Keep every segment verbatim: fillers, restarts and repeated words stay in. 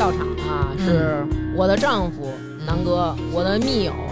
到场啊，是我的丈夫南哥，我的密友，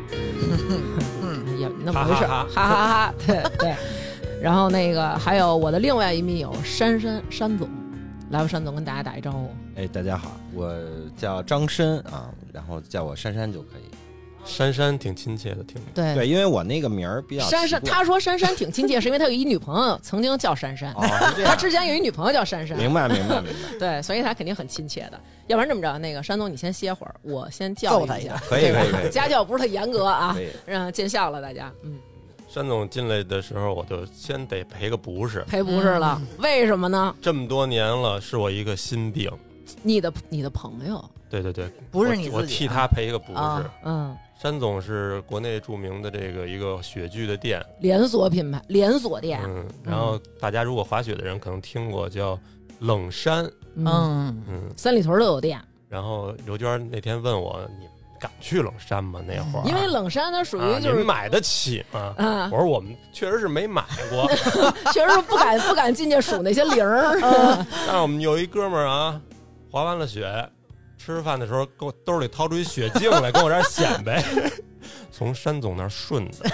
也那么回事，哈哈哈哈，对对。然后那个还有我的另外一密友珊珊珊总，来吧，珊总跟大家打一招呼。 哎，大家好，我叫张申啊，然后叫我珊珊就可以。 珊珊挺亲切的，挺对对，因为我那个名儿比较珊珊，他说珊珊挺亲切，是因为他有一女朋友曾经叫珊珊， 哦， 他之前有一女朋友叫珊珊， 明白明白明白。 对，所以他肯定很亲切的。要不然这么着，那个山总你先歇会儿，我先教育一下， 可以可以可以， 家教不是特严格啊， 可以让见笑了大家。嗯， 山总进来的时候，我就先得赔个不是， 赔不是了，嗯、为什么呢？ 这么多年了，是我一个心病。 你的你的朋友？ 对对对， 不是你自己、啊， 我替他赔一个不是。 啊、嗯。 山总是国内著名的这个一个雪具的店， 连锁品牌，连锁店。 嗯，然后大家如果滑雪的人可能听过叫冷山， 嗯嗯，三里屯都有店。 然后刘娟那天问我，你敢去冷山吗？那会儿， 因为冷山它属于就是、 啊、你买得起吗？ 啊， 我说我们确实是没买过， 确实是不敢不敢进去数那些零儿。 嗯、但是我们有一哥们儿啊，滑完了雪。吃饭的时候，给我兜里掏出一雪镜来，跟我这儿显摆，从山总那儿顺的。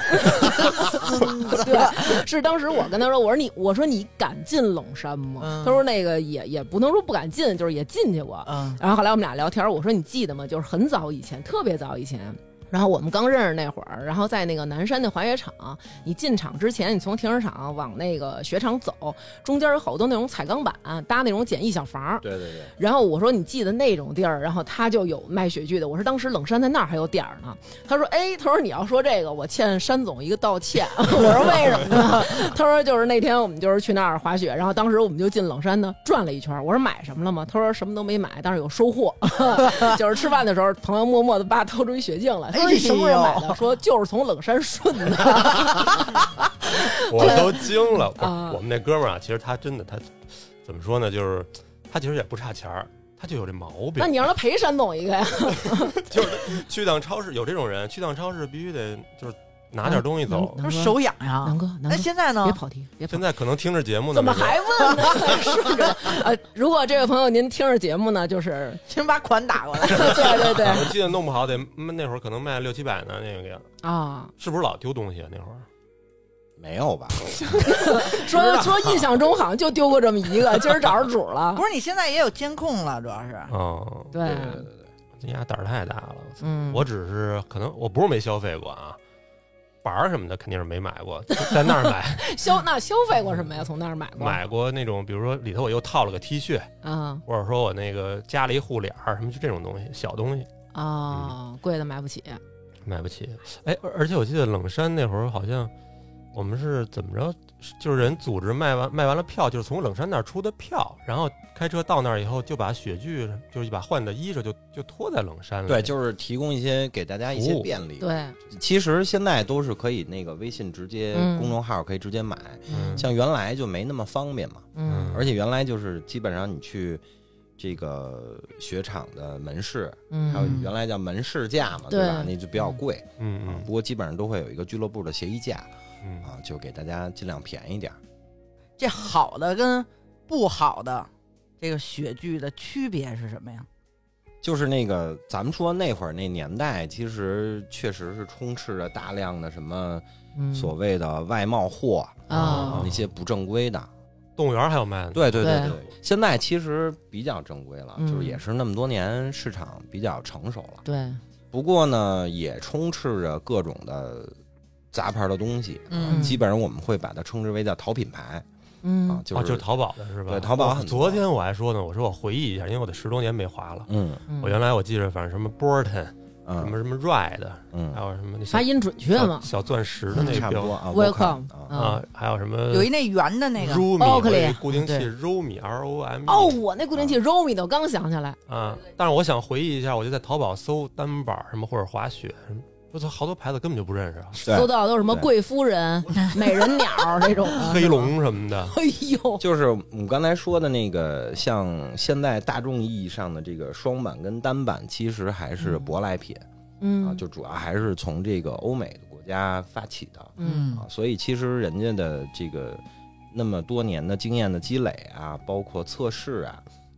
对，是当时我跟他说，我说你，我说你敢进冷山吗？嗯、他说那个也也不能说不敢进，就是也进去过。嗯，然后后来我们俩聊天，我说你记得吗？就是很早以前，特别早以前。然后我们刚认识那会儿，然后在那个南山的滑雪场，你进场之前，你从停车场往那个雪场走，中间有好多那种彩钢板搭那种简易小房。 对对对。 然后我说你记得那种地儿，然后他就有卖雪具的。我说当时冷山在那儿还有点儿呢。他说哎，他说你要说这个，我欠山总一个道歉。我说为什么呢？他说就是那天我们就是去那儿滑雪，然后当时我们就进冷山呢转了一圈。我说买什么了吗？他说什么都没买，但是有收获。就是吃饭的时候，朋友默默的把掏出一雪镜来。说你什么时候买的？说就是从冷山顺的。 我都惊了。我们那哥们儿啊，其实他真的，他怎么说呢？就是他其实也不差钱儿，他就有这毛病。 那你让他赔山总一个呀？ 就是去趟超市，有这种人去趟超市必须得就是拿点东西走， 他手痒痒。 南哥， 那现在呢？ 别跑题，别跑题。 现在可能听着节目呢。 怎么还问呢？顺着呃，如果这位朋友您听着节目呢，就是请把款打过来。 对对对， 我记得弄不好得那会儿可能卖六七百呢，那个啊， 是不是老丢东西啊？那会儿没有吧？ 说说印象中好像就丢过这么一个，今儿找着主了。 不是，你现在也有监控了，主要是。 哦， 对对对对对， 这家胆儿太大了。 嗯， 我只是可能我不是没消费过啊。板儿什么的肯定是没买过，在那儿买消那消费过什么呀？从那儿买过？ 买过那种，比如说里头我又套了个 T 恤啊， 或者说我那个加了一护脸儿，什么就这种东西，小东西啊、哦嗯，贵的买不起， 买不起。哎，而且我记得冷山那会儿好像我们是怎么着，就是人组织卖完卖完了票，就是从冷山那儿出的票，然后开车到那儿以后就把雪具，就是把换的衣裳就就拖在冷山了。 对，就是提供一些给大家一些便利。 对， 其实现在都是可以那个微信直接、嗯、公众号可以直接买，嗯、像原来就没那么方便嘛。 嗯， 而且原来就是基本上你去这个雪场的门市，嗯，还有原来叫门市价嘛，对吧？那就比较贵， 嗯嗯、 啊。不过基本上都会有一个俱乐部的协议价，嗯啊，就给大家尽量便宜点。 这好的跟不好的。这个雪具的区别是什么呀？ 就是那个咱们说那会儿那年代，其实确实是充斥着大量的什么所谓的外贸货、 嗯、 啊，那些不正规的。 动物园还有卖的。 对对对 对, 对，现在其实比较正规了、 嗯， 就是也是那么多年市场比较成熟了。 对， 不过呢，也充斥着各种的杂牌的东西， 嗯， 基本上我们会把它称之为叫淘品牌。 嗯啊，就是、 哦、就是淘宝的是吧？ 对，淘宝很多。 昨天我还说呢，我说我回忆一下，因为我得十多年没滑了。 嗯， 我原来我记着，反正什么 Burton，、嗯、什么什么 Ride， 嗯， 还有什么那发音准确吗？ 小, 小钻石的那差不多啊 ，Welcome 啊，还有什么有一那圆的那个 Romi 固定器 Romi R O M E。 哦，我那固定器 Romi 的，我刚想起来啊。但是我想回忆一下，我就在淘宝搜单板什么或者滑雪什么。我操，好多牌子根本就不认识啊！ 搜到都是什么贵夫人、美人鸟这种黑龙什么的。 哎呦， 就是我们刚才说的那个，像现在大众意义上的这个双板跟单板，其实还是舶来品， 嗯啊，就主要还是从这个欧美的国家发起的， 嗯啊，所以其实人家的这个那么多年的经验的积累啊，包括测试啊，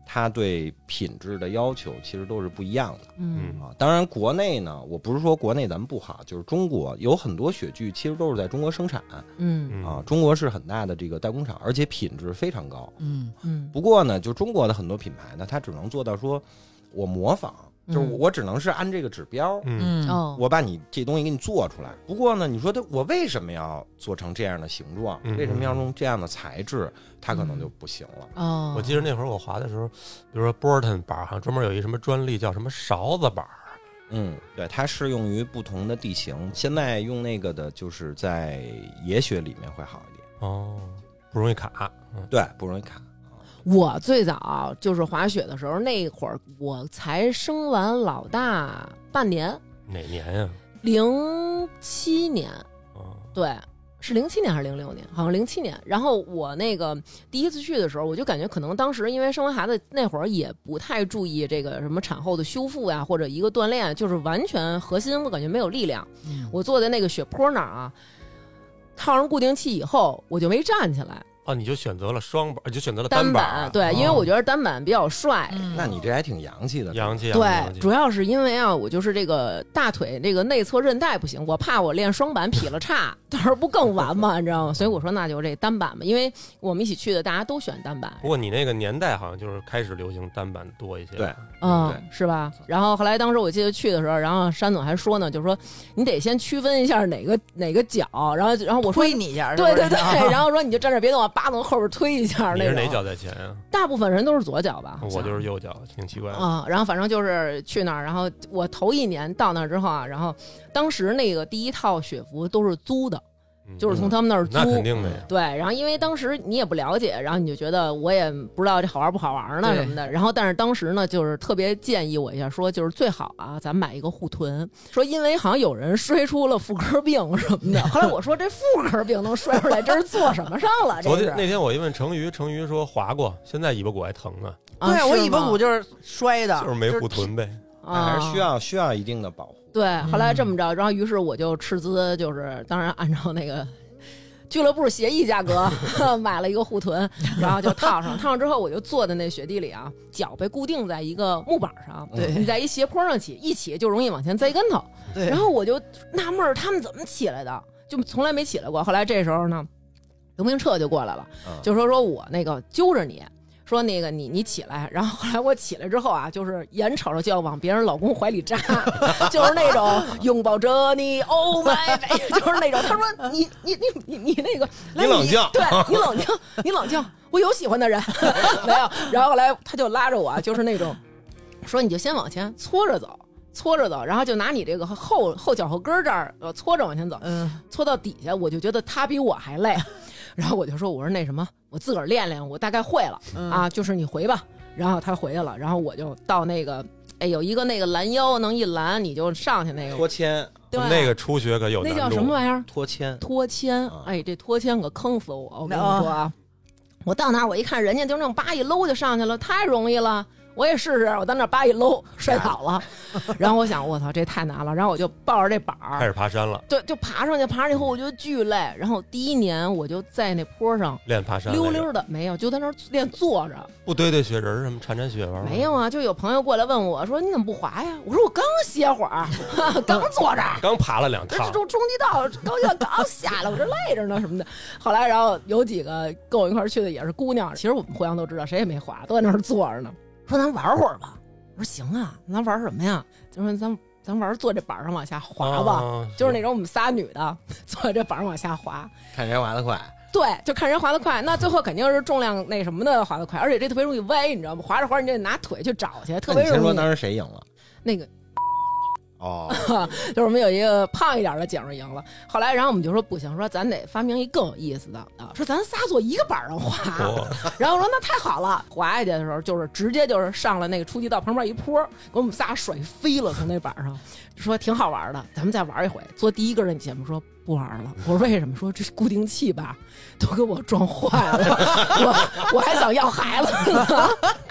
它对品质的要求其实都是不一样的。 嗯啊，当然国内呢，我不是说国内咱们不好，就是中国有很多雪具其实都是在中国生产。 嗯啊，中国是很大的这个代工厂，而且品质非常高。 嗯嗯， 不过呢，就中国的很多品牌呢，它只能做到说，我模仿，就是我只能是按这个指标， 嗯嗯哦， 我把你这东西给你做出来。不过呢，你说它我为什么要做成这样的形状？ 嗯为什么要用这样的材质？它可能就不行了。 哦， 我记得那会儿我滑的时候，比如说 Burton 板好像专门有一什么专利叫什么勺子板。 嗯，对，它适用于不同的地形。现在用那个的，就是在野雪里面会好一点。 哦，不容易卡。嗯， 对，不容易卡。 我最早就是滑雪的时候，那会儿我才生完老大半年， 哪年呀？ 零七年， 哦， 对，是零七年还是零六年？好像零七年。然后我那个第一次去的时候，我就感觉可能当时因为生完孩子那会儿也不太注意这个什么产后的修复呀，或者一个锻炼，就是完全核心我感觉没有力量。 嗯我坐在那个雪坡那儿啊，套上固定器以后，我就没站起来。 哦，你就选择了双板，就选择了单板。 对， 哦因为我觉得单板比较帅。 嗯那你这还挺洋气的。 洋气， 对洋气， 主要是因为啊，我就是这个大腿这个内侧韧带不行，我怕我练双板劈了叉，到时候不更完吗？你知道吗？所以我说那就这单板吧，因为我们一起去的，大家都选单板。 不过你那个年代好像就是开始流行单板多一些。 对， 嗯对， 是吧？然后后来当时我记得去的时候，然后山总还说呢，就是说你得先区分一下哪个哪个脚，然后然后我说推你一下， 对对对， 是不是然后说你就站这别动，扒从后边推一下那种。 你是哪脚在前啊？ 大部分人都是左脚吧？好像我就是右脚，挺奇怪的。 啊、然后反正就是去那儿，然后我头一年到那儿之后啊，然后当时那个第一套雪服都是租的， 嗯就是从他们那儿租。 那肯定的呀。 对，然后因为当时你也不了解，然后你就觉得我也不知道这好玩不好玩呢对什么的。然后但是当时呢，就是特别建议我一下，说就是最好啊，咱买一个护臀，说因为好像有人摔出了妇科病什么的。后来我说这妇科病能摔出来，这是做什么上了？这是昨天那天我一问成瑜，成瑜说滑过，现在尾巴骨还疼呢， 啊对我是吗尾巴骨就是摔的， 就是没护臀呗。 啊还是需要需要一定的保护。 对，后来这么着，然后于是我就斥资，就是当然按照那个俱乐部协议价格买了一个护臀，然后就套上，套上之后我就坐在那雪地里啊，脚被固定在一个木板上， 对你在一斜坡上起，一起就容易往前栽跟头。 对， 然后我就纳闷儿，他们怎么起来的？就从来没起来过。后来这时候呢，刘明彻就过来了， 嗯就说说我那个揪着你。说那个你你起来，然后后来我起来之后啊，就是眼瞅着就要往别人老公怀里扎，就是那种拥抱着你，Oh my baby，就是那种。他说你你你你你那个，来你冷静对你冷静，你冷静，我有喜欢的人没有。然后后来他就拉着我，就是那种说你就先往前搓着走。搓着走，然后就拿你这个后后脚后跟这儿呃搓着往前走， 嗯， 搓到底下，我就觉得他比我还累，然后我就说我说那什么，我自个儿练练，我大概会了、 嗯、 啊，就是你回吧。然后他回去了，然后我就到那个，哎，有一个那个拦腰能一拦，你就上去那个脱铅， 对， 那个初学可有难度。 那叫什么玩意儿？ 脱铅， 脱铅。 啊哎，这脱铅可坑死我！我跟你说啊，我到那儿我一看，人家就那种叭一搂就上去了，太容易了。我也试试，我到那儿叭一搂摔倒了，然后我想我操这太难了，然后我就抱着这板儿开始爬山了， 对，就爬上去，爬上去以后我觉得巨累，然后第一年我就在那坡上练爬山溜溜的，没有就在那儿练坐着， 不堆堆雪人什么铲铲雪玩没有啊，就有朋友过来问我说你怎么不滑呀？我说我刚歇会儿，刚坐着。 刚爬了两这趟， 中中级道高要刚下来，我这累着呢什么的。后来，然后有几个跟我一块儿去的也是姑娘，其实我们互相都知道，谁也没滑，都在那儿坐着呢。说咱玩会儿吧，我说行啊，咱玩什么呀？就说咱咱玩坐这板上往下滑吧， 哦、 就是那种我们仨女的坐在这板上往下滑， 看谁滑得快。 对，就看人滑得快，那最后肯定是重量那什么的滑得快，而且这特别容易歪，你知道吗？滑着滑着你得拿腿去找去，特别容易。 那你先说当时谁赢了？ 那个。 哦， 就是我们有一个胖一点的姐们赢了，后来然后我们就说不行，说咱得发明一更有意思的啊，说咱仨坐一个板上滑， 哦、 然后说那太好了，滑下去的时候就是直接就是上了那个初级道旁边一坡，给我们仨甩飞了，从那板上，说挺好玩的，咱们再玩一回。坐第一个那姐们说不玩了，我说为什么？说这固定器吧都给我撞坏了，我我还想要孩子呢，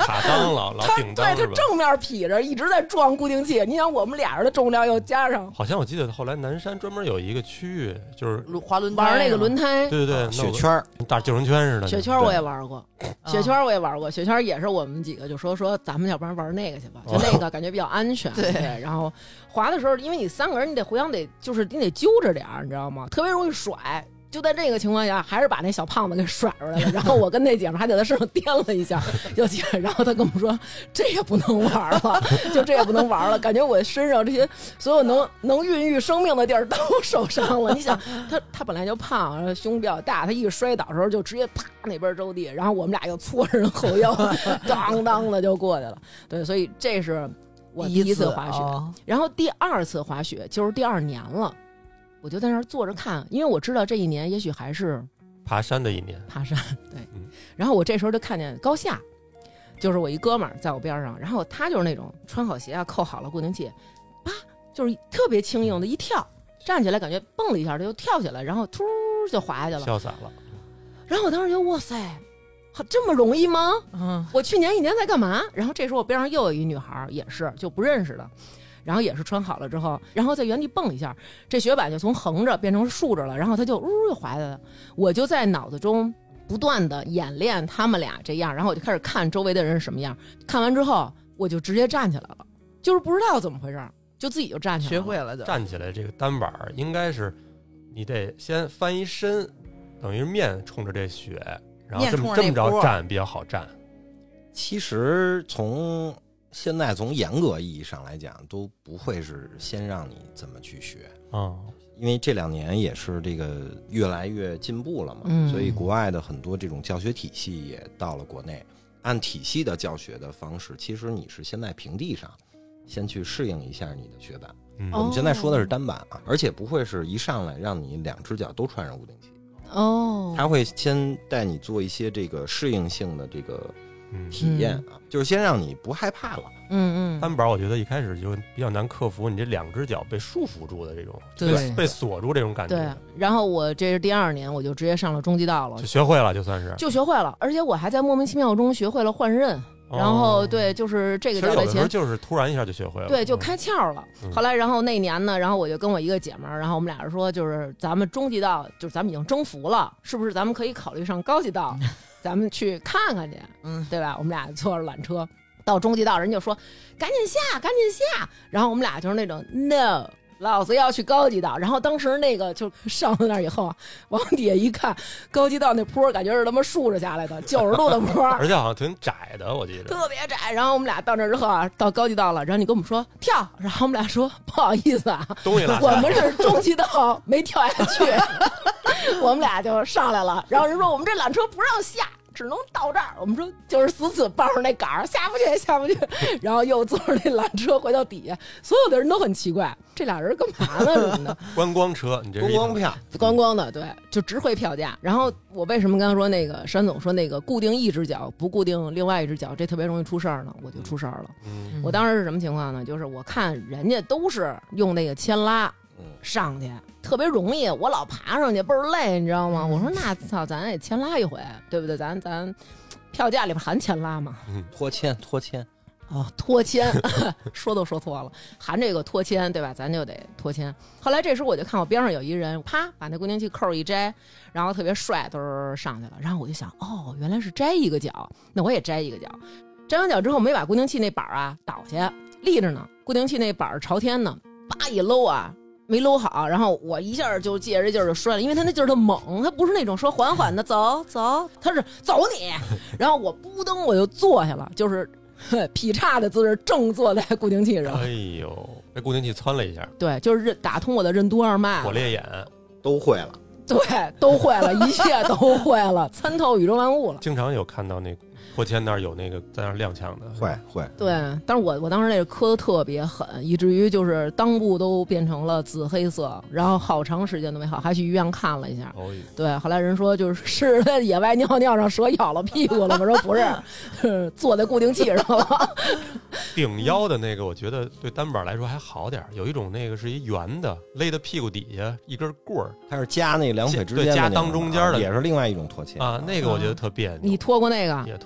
卡裆老老他顶对他裆是吧？ 正面劈着，一直在撞固定器。你想，我们俩人的重量又加上好像我记得后来南山专门有一个区域，就是滑轮胎玩那个轮胎， 对对对， 雪圈儿， 大救生圈似的。 雪圈我也玩过， 啊雪圈我也玩过，雪圈也是我们几个就说说咱们要不然玩那个去吧，就那个感觉比较安全。 对然后滑的时候，因为你三个人，你得互相得就是你得揪着点儿，你知道吗？特别容易甩。就在这个情况下，还是把那小胖子给甩出来了。然后我跟那姐们还在他身上颠了一下，就起来。然后他跟我们说：“这也不能玩了，就这也不能玩了。”感觉我身上这些所有能能孕育生命的地儿都受伤了。你想，他他本来就胖，胸比较大，他一摔倒的时候就直接啪那边着地，然后我们俩就搓着人后腰，当当的就过去了。对，所以这是我第一次滑雪。 哦、 然后第二次滑雪就是第二年了。我就在那儿坐着看，因为我知道这一年也许还是爬山的一年， 爬山对、 嗯。 然后我这时候就看见高夏，就是我一哥们儿在我边上，然后他就是那种穿好鞋啊，扣好了固定器，啪，就是特别轻盈的一跳，站起来感觉蹦了一下，他就跳起来，然后突就滑下去了， 潇洒了。 然后我当时觉得哇塞，好这么容易吗？ 嗯， 我去年一年在干嘛？然后这时候我边上又有一女孩，也是就不认识的。然后也是穿好了之后，然后在原地蹦一下，这雪板就从横着变成竖着了，然后他就呜又滑下来了。我就在脑子中不断的演练他们俩这样，然后我就开始看周围的人是什么样。看完之后，我就直接站起来了，就是不知道怎么回事，就自己就站起来了， 学会了就站起来。这个单板应该是你得先翻一身，等于面冲着这雪，然后这么这么着站比较好站。 其实从现在从严格意义上来讲，都不会是先让你怎么去学啊、哦， 因为这两年也是这个越来越进步了嘛、 嗯， 所以国外的很多这种教学体系也到了国内。按体系的教学的方式，其实你是先在平地上先去适应一下你的雪板。 嗯、 我们现在说的是单板啊，而且不会是一上来让你两只脚都穿上固定器哦， 他会先带你做一些这个适应性的这个体验啊、 嗯， 就是先让你不害怕了。 嗯嗯， 单板我觉得一开始就比较难克服你这两只脚被束缚住的这种， 对， 被锁住这种感觉。 对，然后我这是第二年，我就直接上了中级道了， 就学会了，就算是就学会了，而且我还在莫名其妙中学会了换刃。 哦、 然后对，就是这个脚在前， 就是突然一下就学会了， 对，就开窍了、嗯。后来，然后那年呢，然后我就跟我一个姐们儿，然后我们俩人说，就是咱们中级道，就是咱们已经征服了，是不是？咱们可以考虑上高级道，咱们去看看去，嗯，对吧？我们俩坐着缆车到中级道，人就说赶紧下，赶紧下。然后我们俩就是那种 no。老子要去高级道，然后当时那个就上到那儿以后，往底下一看，高级道那坡感觉是他妈竖着下来的，九十度的坡， 而且好像挺窄的，我记得特别窄。然后我们俩到那之后啊，到高级道了，然后你跟我们说跳，然后我们俩说不好意思啊， 东西我们是中级道，没跳下去，我们俩就上来了。然后人说我们这缆车不让下。只能到这儿，我们说就是死死抱着那杆儿下不去，下不去，然后又坐着那缆车回到底下，所有的人都很奇怪，这俩人干嘛呢什么的？ 观光车，你这是观光票， 观光的，对，就值回票价。然后我为什么刚才说那个山总说那个固定一只脚不固定另外一只脚，这特别容易出事儿呢？我就出事儿了。 嗯， 我当时是什么情况呢？就是我看人家都是用那个牵拉上去。特别容易，我老爬上去倍儿累，你知道吗？嗯、我说那操，咱也牵拉一回，对不对？咱咱票价里边含牵拉嘛， 嗯，拖牵拖牵， 哦，拖牵，说都说错了，含这个拖牵，对吧？咱就得拖牵。后来这时候我就看我边上有一人，啪把那固定器扣一摘，然后特别帅，都上去了。然后我就想，哦，原来是摘一个脚，那我也摘一个脚。摘完脚之后没把固定器那板啊倒下，立着呢，固定器那板朝天呢，叭一搂啊。没搂好，然后我一下就借着劲儿就摔了，因为他那劲儿特猛，他不是那种说缓缓的走走，他是走你，然后我扑噔我就坐下了，就是劈叉的姿势，正坐在固定器上。 哎呦，被固定器窜了一下， 对，就是打通我的任督二脉， 火烈眼都会了， 对，都会了，一切都会了，参透宇宙万物了。 经常有看到那个破千那儿有那个在那儿踉跄的， 会会。 对，但是我我当时那个磕的特别狠，以至于就是裆部都变成了紫黑色，然后好长时间都没好，还去医院看了一下。 哦、 对，后来人说就是是在野外尿尿让蛇咬了屁股了，我说不是，是坐在固定器上了。 顶腰的那个，我觉得对单板来说还好点，有一种那个是一圆的，勒在屁股底下一根棍儿， 它是夹那两腿之间的、 夹裆中间的， 也是另外一种拖牵啊，那个我觉得特别扭。 你拖过那个？ 也拖。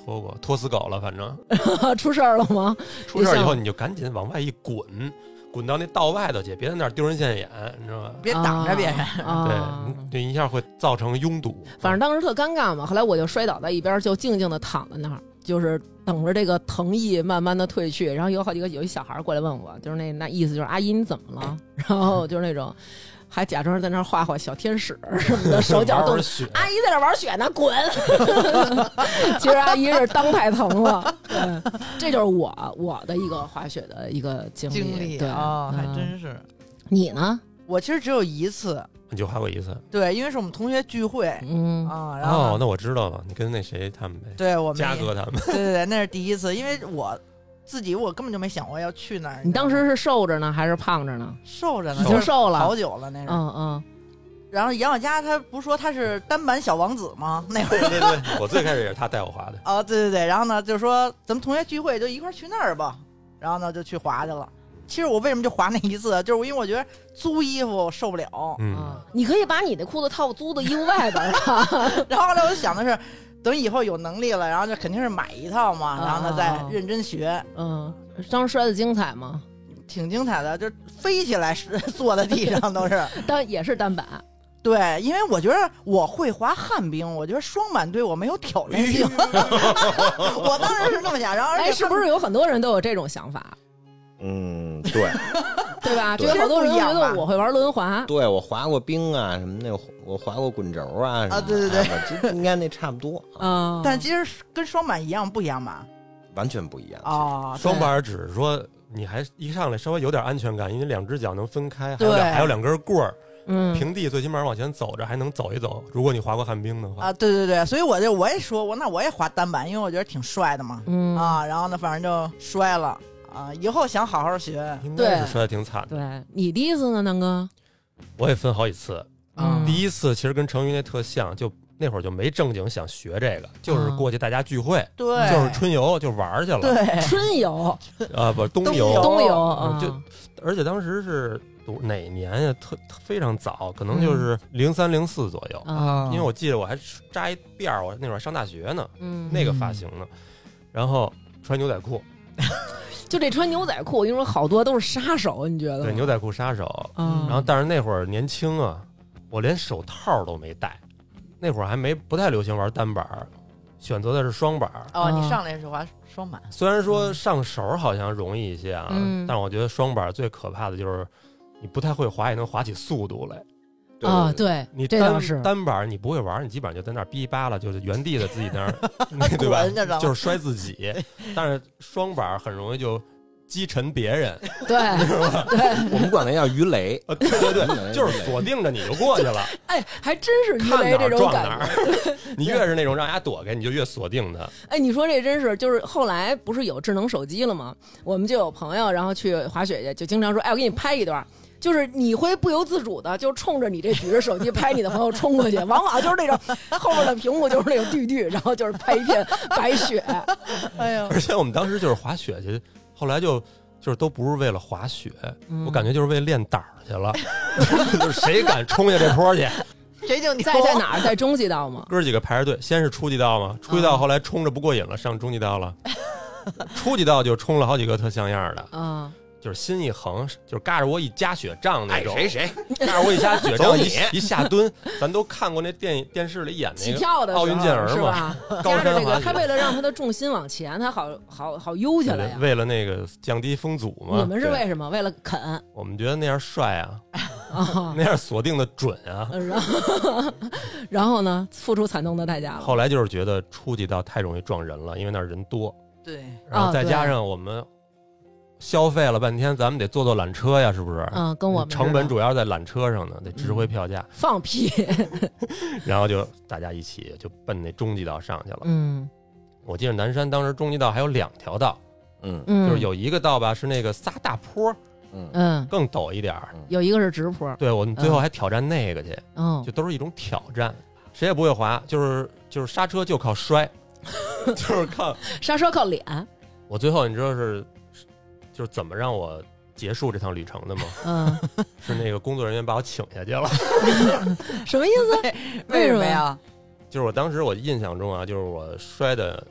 拖过，拖死狗了，反正出事儿了吗？ 出事儿以后你就赶紧往外一滚，滚到那道外头去，别在那儿丢人现眼，你知道吧？ 别挡着别人。 啊、 对，这一下会造成拥堵。 反正当时特尴尬嘛，后来我就摔倒在一边，就静静的躺在那儿，就是等着这个疼意慢慢的退去。然后有好几个有一小孩过来问我，就是那那意思就是阿姨你怎么了？然后就是那种。还假装在那儿画画小天使什么的，手脚动。阿姨在那玩雪呢，滚！其实阿姨是当太疼了。对，这就是我我的一个滑雪的一个经历。 经历对啊、哦，还真是。 嗯、你呢？ 我其实只有一次。 你就滑过一次？ 对，因为是我们同学聚会。 嗯啊，然后哦，那我知道了，你跟那谁他们呗？ 对，我们嘉哥他们。 对对对，那是第一次，因为我。自己我根本就没想过要去那儿。 你当时是瘦着呢还是胖着呢？ 瘦着呢， 已经瘦了好久了那是。 嗯嗯。 然后杨小佳他不是说他是单板小王子吗？那会儿对对对，我最开始也是他带我滑的。 哦，对对对，然后呢就说咱们同学聚会就一块去那儿吧，然后呢就去滑去了。其实我为什么就滑那一次，就是因为我觉得租衣服受不了。 嗯， 你可以把你的裤子套租的衣服外边啊。 然后后来我就想的是。等以后有能力了，然后就肯定是买一套嘛，然后呢再认真学。 嗯，当时摔的精彩吗？ 挺精彩的，就飞起来坐在地上都是， 但也是单板。 对，因为我觉得我会滑旱冰，我觉得双板对我没有挑战性。我当时是那么想，然后哎，是不是有很多人都有这种想法？ 嗯，对， 对吧？觉得好多人觉得我会玩轮滑， 对我滑过冰啊，什么那我滑过滚轴啊， 啊，对对对， 其实应该那差不多啊。 但其实跟双板一样不一样吧？ 完全不一样啊。 双板只是说你还一上来稍微有点安全感，因为两只脚能分开，还有两还有两根棍儿。 嗯， 平地最起码往前走着还能走一走。如果你滑过旱冰的话啊，对对对，所以我就我也说我那我也滑单板，因为我觉得挺帅的嘛。 嗯啊，然后呢，反正就摔了。啊，以后想好好学， 应该是摔得挺惨的。 对，你第一次呢，南哥？ 我也分好几次。 嗯， 第一次其实跟成瑜那特像，就那会儿就没正经想学这个，就是过去大家聚会， 对， 就是春游就玩去了。 对， 春游啊，不，冬游， 冬游啊，就而且当时是哪年呀？特非常早，可能就是零三零四左右啊。 因为我记得我还扎一辫儿，我那会儿上大学呢， 嗯， 那个发型呢，然后穿牛仔裤。 就这穿牛仔裤，因为好多都是杀手，你觉得吗？ 对，牛仔裤杀手。 嗯， 然后但是那会儿年轻啊，我连手套都没戴，那会儿还没不太流行玩单板，选择的是双板。 哦，你上来是滑双板。 虽然说上手好像容易一些啊， 嗯、 但是我觉得双板最可怕的就是你不太会滑，也能滑起速度来。 啊，对， 你单单板你不会玩，你基本上就在那儿哔叭了，就是原地的自己在那儿，对吧？就是摔自己。但是双板很容易就击沉别人， 对，对， 我们管那叫鱼雷。 对对对，就是锁定着你就过去了。 哎，还真是鱼雷这种感觉。 你越是那种让人家躲开，你就越锁定他。 哎，你说这真是，就是后来不是有智能手机了吗？我们就有朋友，然后去滑雪去，就经常说，哎，我给你拍一段。就是你会不由自主的就冲着你这举着手机拍你的朋友冲过去，往往就是那种后面的屏幕就是那种绿绿，然后就是拍一片白雪。哎呀！ 而且我们当时就是滑雪去，后来就就是都不是为了滑雪， 嗯、 我感觉就是为练胆儿去了。就是谁敢冲下这坡去， 谁就在在哪儿？在中级道吗？ 哥几个排着队，先是初级道嘛，初级道后来冲着不过瘾了，上中级道了。初级道就冲了好几个特像样的。 嗯。 就是心一横，就是嘎着我一夹雪仗那种。 谁谁嘎着我一夹雪仗一一下蹲，咱都看过那电电视里演那个奥运健儿嘛，高山这个他为了让他的重心往前，他好好好悠下来呀。 为了那个降低风阻嘛。 你们是为什么？为了啃？ 我们觉得那样帅啊，那样锁定的准啊。 然后，然后呢，付出惨痛的代价了。 后来就是觉得初级道太容易撞人了，因为那儿人多。 对。 然后再加上我们。消费了半天，咱们得坐坐缆车呀，是不是？ 嗯，跟我们成本主要在缆车上呢，得值回票价。 嗯、放屁！ 然后就大家一起就奔那中级道上去了。 嗯， 我记得南山当时中级道还有两条道， 嗯， 就是有一个道吧是那个仨大坡， 嗯嗯， 更陡一点儿， 有一个是直坡。 对，我们最后还挑战那个去， 嗯， 就都是一种挑战，谁也不会滑，就是就是刹车就靠摔，就是靠刹车靠脸。 我最后你知道是。就是怎么让我结束这趟旅程的吗？ 嗯， 是那个工作人员把我请下去了。 什么意思？ 为什么呀？ 就是我当时我印象中啊，就是我摔的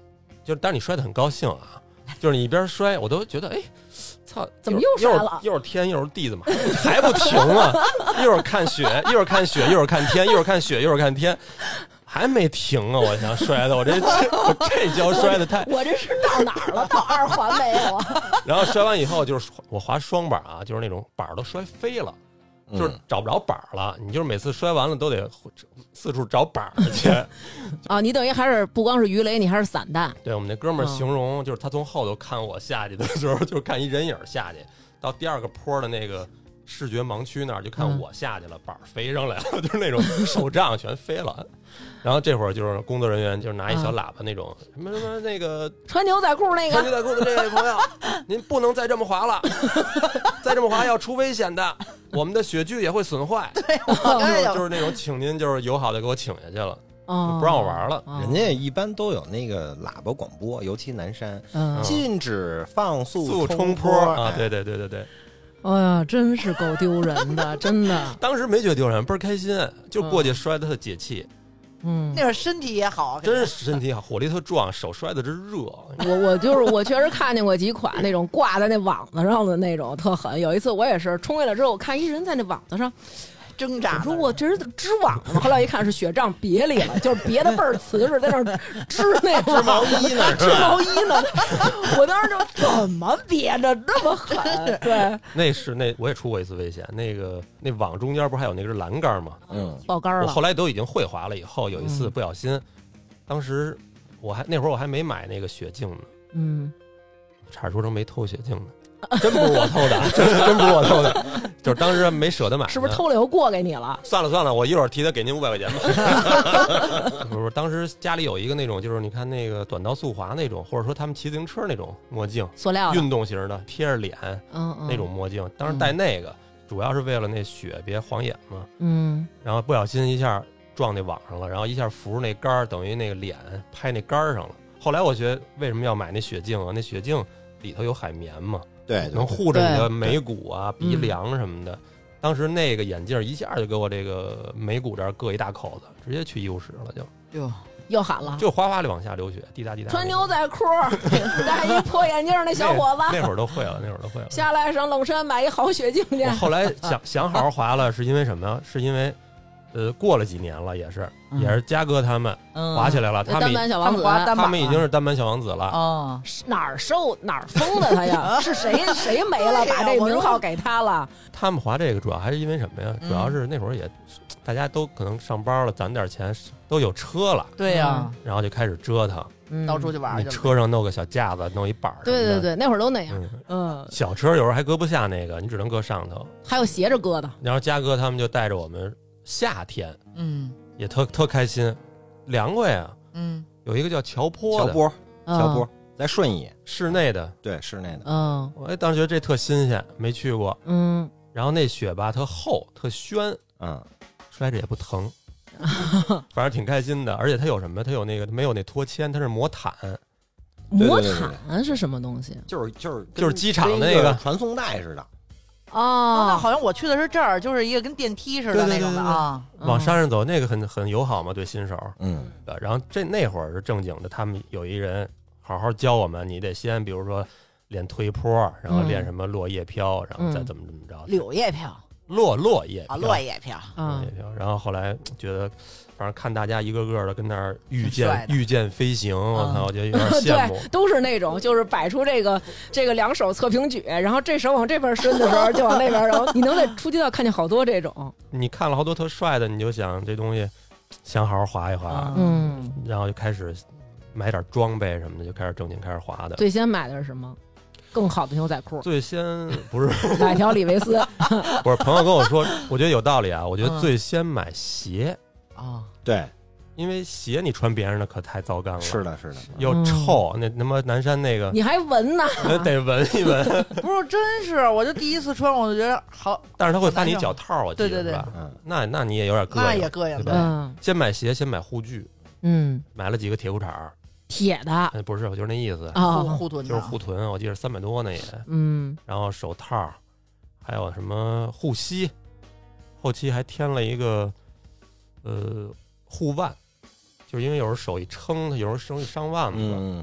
就但是你摔得很高兴啊，就是你一边摔，我都觉得哎，操， 怎么又又摔了又是天又是地，怎么还不停啊？一会儿看雪，一会儿看雪，一会儿看天，一会儿看雪，一会儿看天。还没停啊！我想摔的，我这我这跤摔的太…… 我这是到哪儿了？到二环没有啊？ 然后摔完以后，就是我滑双板啊，就是那种板都摔飞了，就是找不着板了。你就是每次摔完了都得四处找板去啊！你等于还是不光是鱼雷，你还是散弹。 对我们那哥们儿形容，就是他从后头看我下去的时候，就看一人影下去，到第二个坡的那个视觉盲区那儿就看我下去了，板飞上来了，就是那种手杖全飞了。然后这会儿就是工作人员就是拿一小喇叭那种、嗯、什么什么那个穿牛仔裤那个穿牛仔裤的这位朋友，您不能再这么滑了，再这么滑要出危险的，我们的雪具也会损坏。 对，我刚才就是就是那种请您就是友好的给我请下去了。 哦、 不让我玩了、 哦，人家一般都有那个喇叭广播，尤其南山， 嗯、 禁止放速冲坡啊！对对对对对。 哎呀，真是够丢人的，真的。 当时没觉得丢人，倍儿开心，就过去摔的特解气。 嗯， 那会儿身体也好， 真是身体好，火力特壮，手摔的真热。 我我就是我确实看见过几款那种挂在那网子上的那种特狠。有一次我也是冲下来之后，我看一人在那网子上挣扎， 我说我这是织网吗？后来一看是雪杖别里了，就是别的倍儿瓷实，在那儿织那织毛衣呢， 织毛衣呢。我当时就怎么别着那么狠？对， 那是那我也出过一次危险，那个那网中间不是还有那根栏杆吗？ 嗯， 爆杆了。 我后来都已经会滑了，以后有一次不小心，嗯、当时我还那会儿我还没买那个雪镜呢， 嗯， 差点说成没偷雪镜呢。真不是我偷的，真真不是我偷的，就是当时没舍得买。 是不是偷了以后过给你了？ 算了算了，我一会儿替他给您五百块钱吧。不是，当时家里有一个那种，就是你看那个短道速滑那种，或者说他们骑自行车那种墨镜， 塑料运动型的，贴着脸， 嗯嗯， 那种墨镜。当时戴那个，嗯、主要是为了那雪别晃眼嘛。 嗯。 然后不小心一下撞那网上了，然后一下扶着那杆儿，等于那个脸拍那杆儿上了。后来我觉得为什么要买那雪镜啊？那雪镜里头有海绵嘛。 对， 能护着你的眉骨啊、鼻梁什么的。当时那个眼镜一下就给我这个眉骨这儿硌一大口子，直接去医务室了，就哟又喊了， 就哗哗的往下流血，滴答滴答。 穿牛仔裤，戴一破眼镜那小伙子， 那会儿都会了，那会儿都会了。 下来上冷山买一好雪镜去。 我后来想想好好滑了，是因为什么呀？是因为。呃，过了几年了，也是，嗯、也是嘉哥他们滑起来了。嗯、他们单板小王子， 他们, 他们已经是单板小王子了。 哦，哪儿受哪儿封的他呀？是谁谁没了，把这名号给他了？ 他们滑这个主要还是因为什么呀？主要是那会儿也，大家都可能上班了，攒点钱，都有车了。 对呀、啊， 然后就开始折腾， 嗯、 到处去玩去。 你车上弄个小架子，弄一板儿。 对对对，那会儿都那样。嗯， 嗯小车有时候还搁不下那个，你只能搁上头。 还有斜着搁的。 然后嘉哥他们就带着我们。夏天， 嗯， 也特特开心，凉快啊， 嗯， 有一个叫桥坡的，桥坡，桥坡，在顺义， 室内的， 对，室内的， 嗯， 我当时觉得这特新鲜，没去过， 嗯， 然后那雪吧特厚，特宣， 嗯， 摔着也不疼，反正挺开心的，而且它有什么？它有那个没有那脱铅，它是魔毯， 魔毯是什么东西？ 就是就是就是机场的那个传送带似的。 哦， 那好像我去的是这儿，就是一个跟电梯似的那种的啊。 往山上走，那个很很友好嘛，对新手。 嗯， 然后这那会儿是正经的，他们有一人好好教我们，你得先比如说练推坡，然后练什么落叶飘，然后再怎么怎么着。 柳叶飘， 落落叶啊，落叶飘， 落叶飘。然后后来觉得，反正看大家一个个的跟那儿御剑御剑飞行，我操，我觉得有点羡慕。 对，都是那种就是摆出这个这个两手侧平举，然后这手往这边伸的时候就往那边，然后你能在初级道看见好多这种。 你看了好多特帅的，你就想这东西想好好滑一滑， 嗯，然后就开始买点装备什么的，就开始正经开始滑的。 最先买的是什么？更好的牛仔裤。 最先不是买条李维斯。 不是，朋友跟我说，我觉得有道理啊。我觉得最先买鞋啊、嗯， 对， 因为鞋你穿别人的可太糟糕了。 是的，是的， 又臭。嗯、那他妈南山那个， 你还闻呢？ 得闻一闻。 不是，真是，我就第一次穿，我就觉得好。 但是他会发你脚套，我记得对对对， 嗯，那那你也有点膈应， 那也膈应， 对吧？嗯，先买鞋，先买护具。 嗯， 买了几个铁裤衩。 铁的， 不是，就是那意思啊， 护臀就是护臀，我记得三百多呢也， 嗯， 然后手套，还有什么护膝，后期还添了一个呃护腕，就是因为有时候手一撑，它有时候容易伤腕子， 嗯，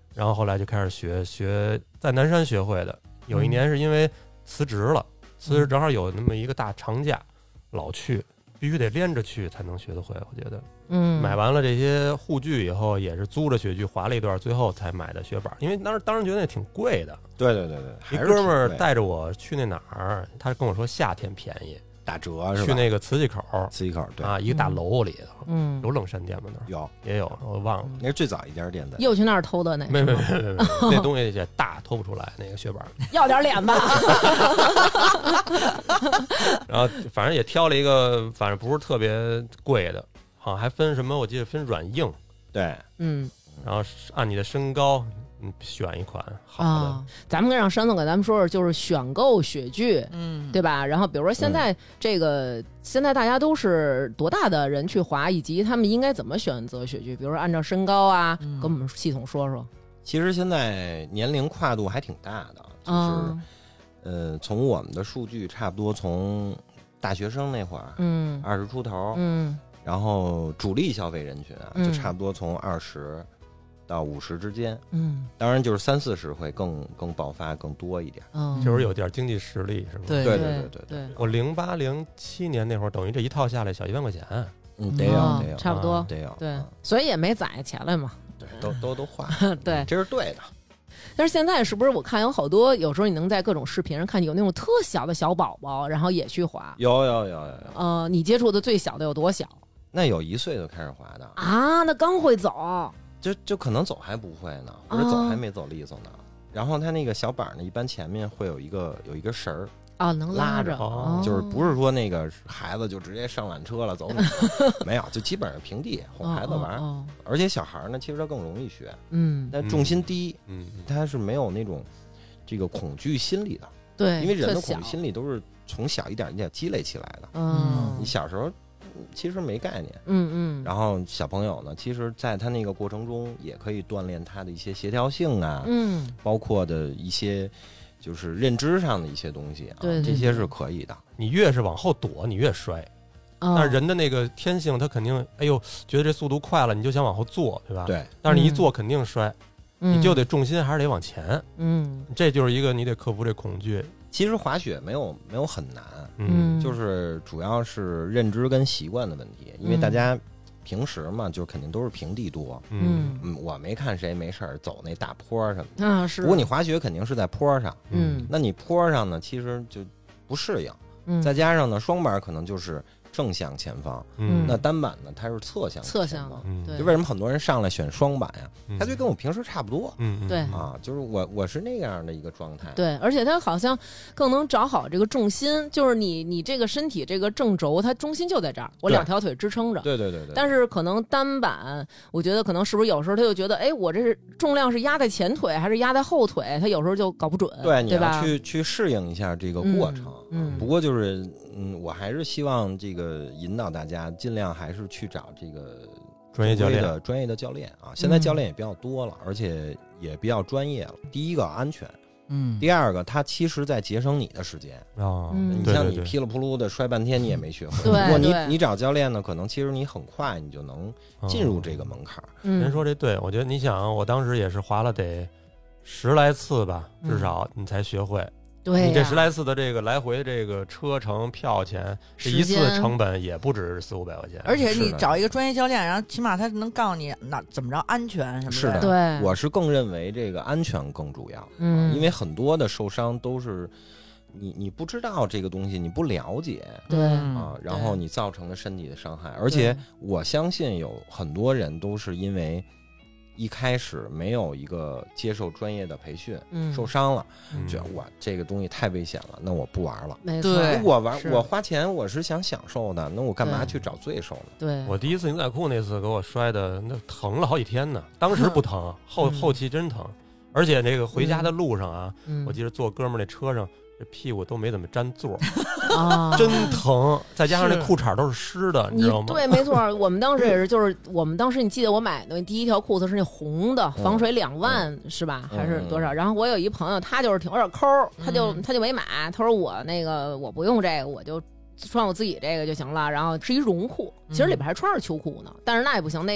然后后来就开始学学，在南山学会的。有一年是因为辞职了，辞职正好有那么一个大长假，老去，必须得连着去才能学得会。我觉得， 嗯， 买完了这些护具以后，也是租着雪具滑了一段，最后才买的雪板，因为当时当时觉得那挺贵的。 对对对对， 一还是哥们儿挺贵带着我去那哪儿，他跟我说夏天便宜， 打折是吧？ 去那个磁器口磁器口对啊，一个大楼里头， 嗯， 有冷山店吗？那儿有也有，我忘了。 那是最早一家店的。 又去那儿偷的那个， 没没没没没，那东西也大，偷不出来那个雪板。 要点脸吧。 然后反正也挑了一个，反正不是特别贵的，好像还分什么，我记得分软硬， 对， 嗯然后按你的身高，嗯，选一款好的。 啊，咱们让山总给咱们说说，就是选购雪具， 嗯， 对吧？然后比如说现在这个，现在大家都是多大的人去滑，以及他们应该怎么选择雪具？比如说按照身高啊， 嗯跟我们系统说说。 其实现在年龄跨度还挺大的，就是、 啊呃，从我们的数据差不多从大学生那会儿， 嗯二十出头， 嗯然后主力消费人群啊， 嗯就差不多从二十到五十之间。 嗯当然，就是三四十会更更爆发更多一点。 嗯， 就是有点经济实力，是吧？ 对对对对对对， 我零八零七年那会儿，等于这一套下来小一万块钱。 嗯，得有啊得有， 差不多啊得有， 对嗯， 所以也没攒下钱来嘛。 对，都都都花， 对， 这是对的。 但是现在是不是我看有好多，有时候你能在各种视频上看有那种特小的小宝宝，然后也去滑。 有有有有有， 呃，你接触的最小的有多小那有一岁就开始滑的， 啊？那刚会走。 就就可能走还不会呢，或者走还没走利索呢。然后它那个小板呢，一般前面会有一个有一个绳儿， 啊，能拉着， 拉着哦就是不是说那个孩子就直接上缆车了走你，没有，就基本上平地哄孩子玩。 哦哦哦而且小孩呢，其实他更容易学， 嗯， 但重心低， 嗯， 他是没有那种这个恐惧心理的， 对， 因为人的特小恐惧心理都是从小一点一点积累起来的。 嗯你小时候嗯其实没概念。 嗯嗯， 然后小朋友呢，其实在他那个过程中，也可以锻炼他的一些协调性啊， 嗯包括的一些就是认知上的一些东西啊， 对对这些是可以的。 你越是往后躲，你越摔。 哦但是人的那个天性，他肯定，哎呦，觉得这速度快了，你就想往后坐，对吧？。 对， 但是你一坐肯定摔，你就得重心还是得往前， 嗯这就是一个你得克服这恐惧。 其实滑雪没有没有很难， 嗯， 就是主要是认知跟习惯的问题，因为大家平时嘛，就肯定都是平地多。 嗯嗯嗯，我没看谁没事儿走那大坡什么的。 啊是， 不过你滑雪肯定是在坡上， 嗯那你坡上呢，其实就不适应， 嗯再加上呢，双板可能就是正向前方， 嗯那单板呢，它是侧向侧前方。 向的， 嗯对就为什么很多人上来选双板呀？ 嗯他就跟我平时差不多嗯嗯对啊，就是我我是那样的一个状态。 对，而且它好像更能找好这个重心，就是你你这个身体这个正轴，它中心就在这儿，我对两条腿支撑着。 对对对对。 但是可能单板，我觉得可能是不是有时候他就觉得，哎，我这是重量是压在前腿还是压在后腿，他有时候就搞不准， 对，你对吧要？去去适应一下这个过程。 嗯嗯不过就是，嗯，我还是希望这个引导大家尽量还是去找这个专业教练正规的专业的教练啊。现在教练也比较多了，而且也比较专业了。第一个安全， 嗯， 第二个他其实在节省你的时间。 啊， 嗯你像你对对对， 噼里扑噜的摔半天，你也没学会。 对如果你对你找教练呢，可能其实你很快你就能进入这个门槛。 嗯， 人说这对，我觉得你想，我当时也是滑了得十来次吧， 嗯至少你才学会。 对呀， 你这十来次的这个来回这个车程票钱，这一次时间成本也不止四五百块钱。 而且是的你找一个专业教练，然后起码他能告诉你哪怎么着安全什么是的对， 我是更认为这个安全更主要。 嗯， 因为很多的受伤都是你你不知道这个东西，你不了解对嗯啊，然后你造成的身体的伤害。而且我相信有很多人都是因为一开始没有一个接受专业的培训， 嗯受伤了， 嗯觉得哇这个东西太危险了，那我不玩了。 没错， 对我玩是我花钱我是想享受的，那我干嘛对去找罪受呢？ 对， 我第一次牛仔裤那次给我摔的那疼了好几天呢，当时不疼，后嗯后期真疼，而且这个回家的路上啊， 嗯我记得坐哥们儿那车上，这屁股都没怎么沾座， 啊， 真疼，再加上这是裤衩都是湿的，你你知道吗？ 对，没错儿，我们当时也是，就是我们当时，你记得我买的第一条裤子是那红的， 嗯防水两万、是吧？ 嗯还是多少？然后我有一朋友，他就是挺有点抠儿，他就、 嗯他就没买，他说我那个我不用这个，我就穿我自己这个就行了。然后是一绒裤，其实里边还穿着秋裤呢，但是那也不行，那个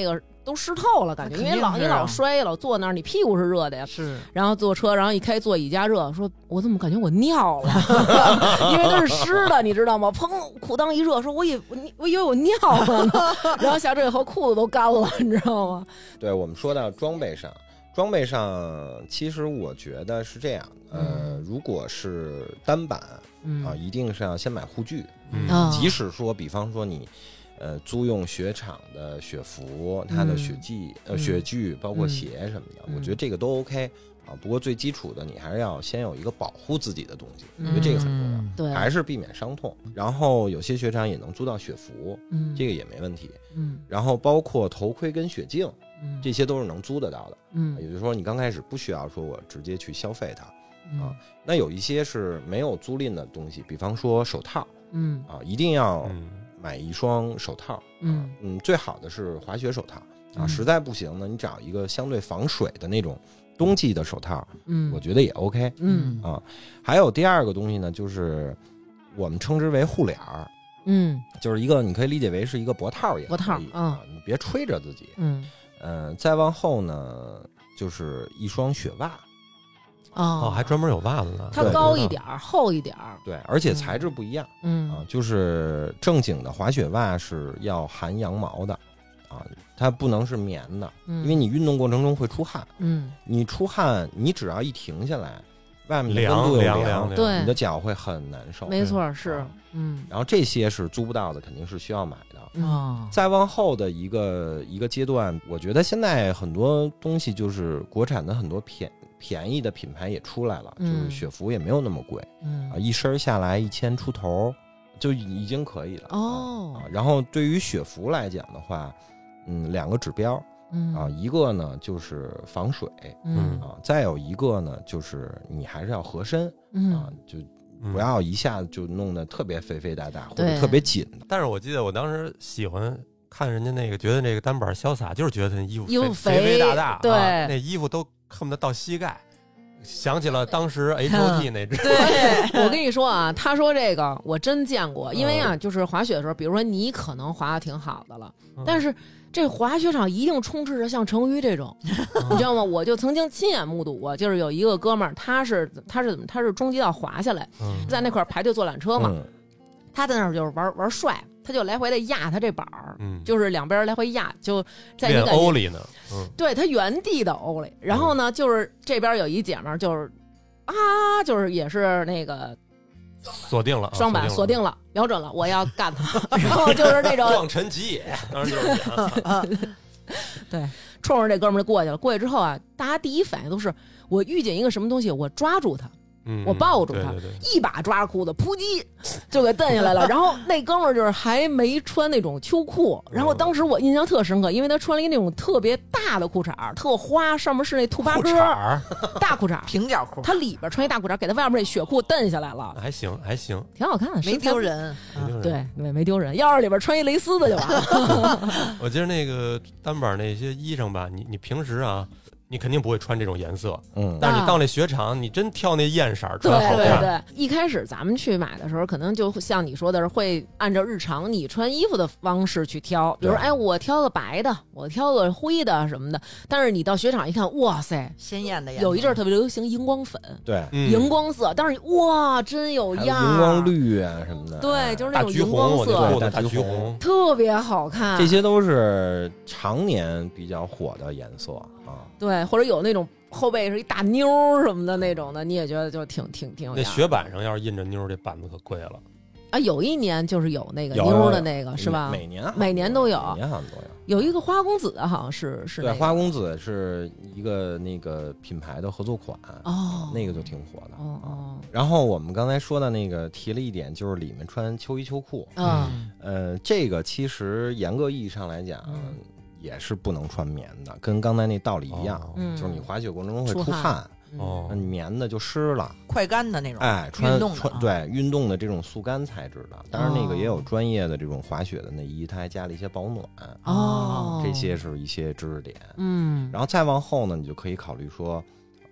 都湿透了，感觉，因为老你老摔老坐那儿，你屁股是热的呀。 是， 然后坐车，然后一开座椅加热，说我怎么感觉我尿了？因为都是湿的，你知道吗？砰，裤裆一热，说我以我我以为我尿了呢。然后下车以后裤子都干了，你知道吗？ 对，我们说到装备上，装备上其实我觉得是这样，呃， 嗯、 如果是单板、嗯、啊，一定是要先买护具， 嗯， 即使说，比方说你。呃，租用雪场的雪服，它的雪具、嗯、呃雪具，包括鞋什么的、嗯，我觉得这个都 OK 啊。不过最基础的，你还是要先有一个保护自己的东西，我觉得这个很重要， 嗯、对， 还是避免伤痛。然后有些雪场也能租到雪服， 嗯， 这个也没问题， 嗯。 然后包括头盔跟雪镜， 嗯， 这些都是能租得到的， 嗯， 也就是说你刚开始不需要说我直接去消费它， 嗯、 啊。那有一些是没有租赁的东西，比方说手套， 嗯啊，一定要。 嗯买一双手套， 嗯嗯，最好的是滑雪手套啊，实在不行呢，你找一个相对防水的那种冬季的手套， 嗯， 我觉得也 OK， 嗯啊，还有第二个东西呢，就是我们称之为护脸儿， 嗯， 就是一个你可以理解为是一个脖套也可以， 脖套啊，你别吹着自己， 嗯， 呃，再往后呢，就是一双雪袜。 哦， 还专门有袜子呢。 它高一点儿，厚一点儿。 对，而且材质不一样。 嗯啊，就是正经的滑雪袜是要含羊毛的，啊，它不能是棉的， 嗯、 因为你运动过程中会出汗。 嗯， 你出汗，你只要一停下来，外面的凉温度又凉凉， 对， 你的脚会很难受。 没错，是， 啊、 嗯。 然后这些是租不到的，肯定是需要买的。 嗯、 再往后的一个一个阶段，我觉得现在很多东西就是国产的很多便便宜的品牌也出来了， 嗯、 就是雪服也没有那么贵， 嗯啊，一身下来一千出头就已经可以了。 哦、 啊，然后对于雪服来讲的话，嗯，两个指标， 嗯啊，一个呢就是防水， 嗯啊，再有一个呢就是你还是要合身， 嗯啊，就不要一下子就弄得特别肥肥大大或者对特别紧。 但是我记得我当时喜欢看人家那个，觉得那个单板潇洒，就是觉得那衣服衣服肥肥大大， 对、 啊，那衣服都恨不得到膝盖。想起了当时 H O T 那支， 对，我跟你说啊，他说这个我真见过，因为啊，就是滑雪的时候，比如说你可能滑的挺好的了， 嗯、 但是这滑雪场一定充斥着像成瑜这种， 嗯、 你知道吗？我就曾经亲眼目睹过，就是有一个哥们儿，他是他是怎么，他是中级道滑下来， 嗯、 在那块排队坐缆车嘛， 嗯、 他在那儿就是玩玩帅。他就来回的压他这板儿， 嗯， 就是两边来回压，就在你练欧里呢，嗯， 对他原地的欧里，然后呢，就是这边有一姐们儿，就是啊，就是也是那个锁定了双板锁定了，瞄准了，我要干他，然后就是那种撞陈吉野，当然就是对，冲着这哥们儿就过去了。过去之后啊，大家第一反应都是我遇见一个什么东西，我抓住他。 嗯， 我抱住他， 对对对， 一把抓着裤子，扑叽就给蹬下来了。然后那哥们儿就是还没穿那种秋裤，然后当时我印象特深刻，因为他穿了一那种特别大的裤衩，特花，上面是那兔八哥大裤衩， 平角裤， 他里边穿一大裤衩，给他外面那雪裤蹬下来了， 还行还行， 挺好看的， 没丢人， 对对，没丢人。要是里边穿一蕾丝的就完了。 我记得那个单板那些衣裳吧，你你平时啊。你肯定不会穿这种颜色， 嗯， 但是你到那雪场，你真挑那艳色对穿好看。 对对，一开始咱们去买的时候，可能就像你说的是，会按照日常你穿衣服的方式去挑，比如哎，我挑个白的，我挑个灰的什么的。但是你到雪场一看，哇塞， 鲜艳的颜色， 有一阵儿特别流行荧光粉， 对， 嗯、 荧光色，但是哇，真有样， 荧光绿啊什么的， 对，就是那种荧光色， 大橘红， 特别好看。 这些都是常年比较火的颜色啊， 对，或者有那种。后背是一大妞什么的那种的，你也觉得就挺挺挺有样。 那雪板上要是印着妞，这板子可贵了啊！有一年就是有那个妞的那个是吧？ 每年每年都有， 每年好像都有。 有一个花公子的，好像是是、那个、 对，花公子是一个那个品牌的合作款哦， 那个就挺火的哦哦。 然后我们刚才说的那个提了一点，就是里面穿秋衣秋裤。 嗯， 呃，这个其实严格意义上来讲。 嗯也是不能穿棉的，跟刚才那道理一样， 哦嗯、 就是你滑雪过程中会出汗， 哦， 那棉的就湿了， 快干的那种， 哎，穿运动穿对运动的这种速干材质的，当然那个也有专业的这种滑雪的内衣，它还加了一些保暖， 哦， 这些是一些知识点， 嗯， 然后再往后呢，你就可以考虑说，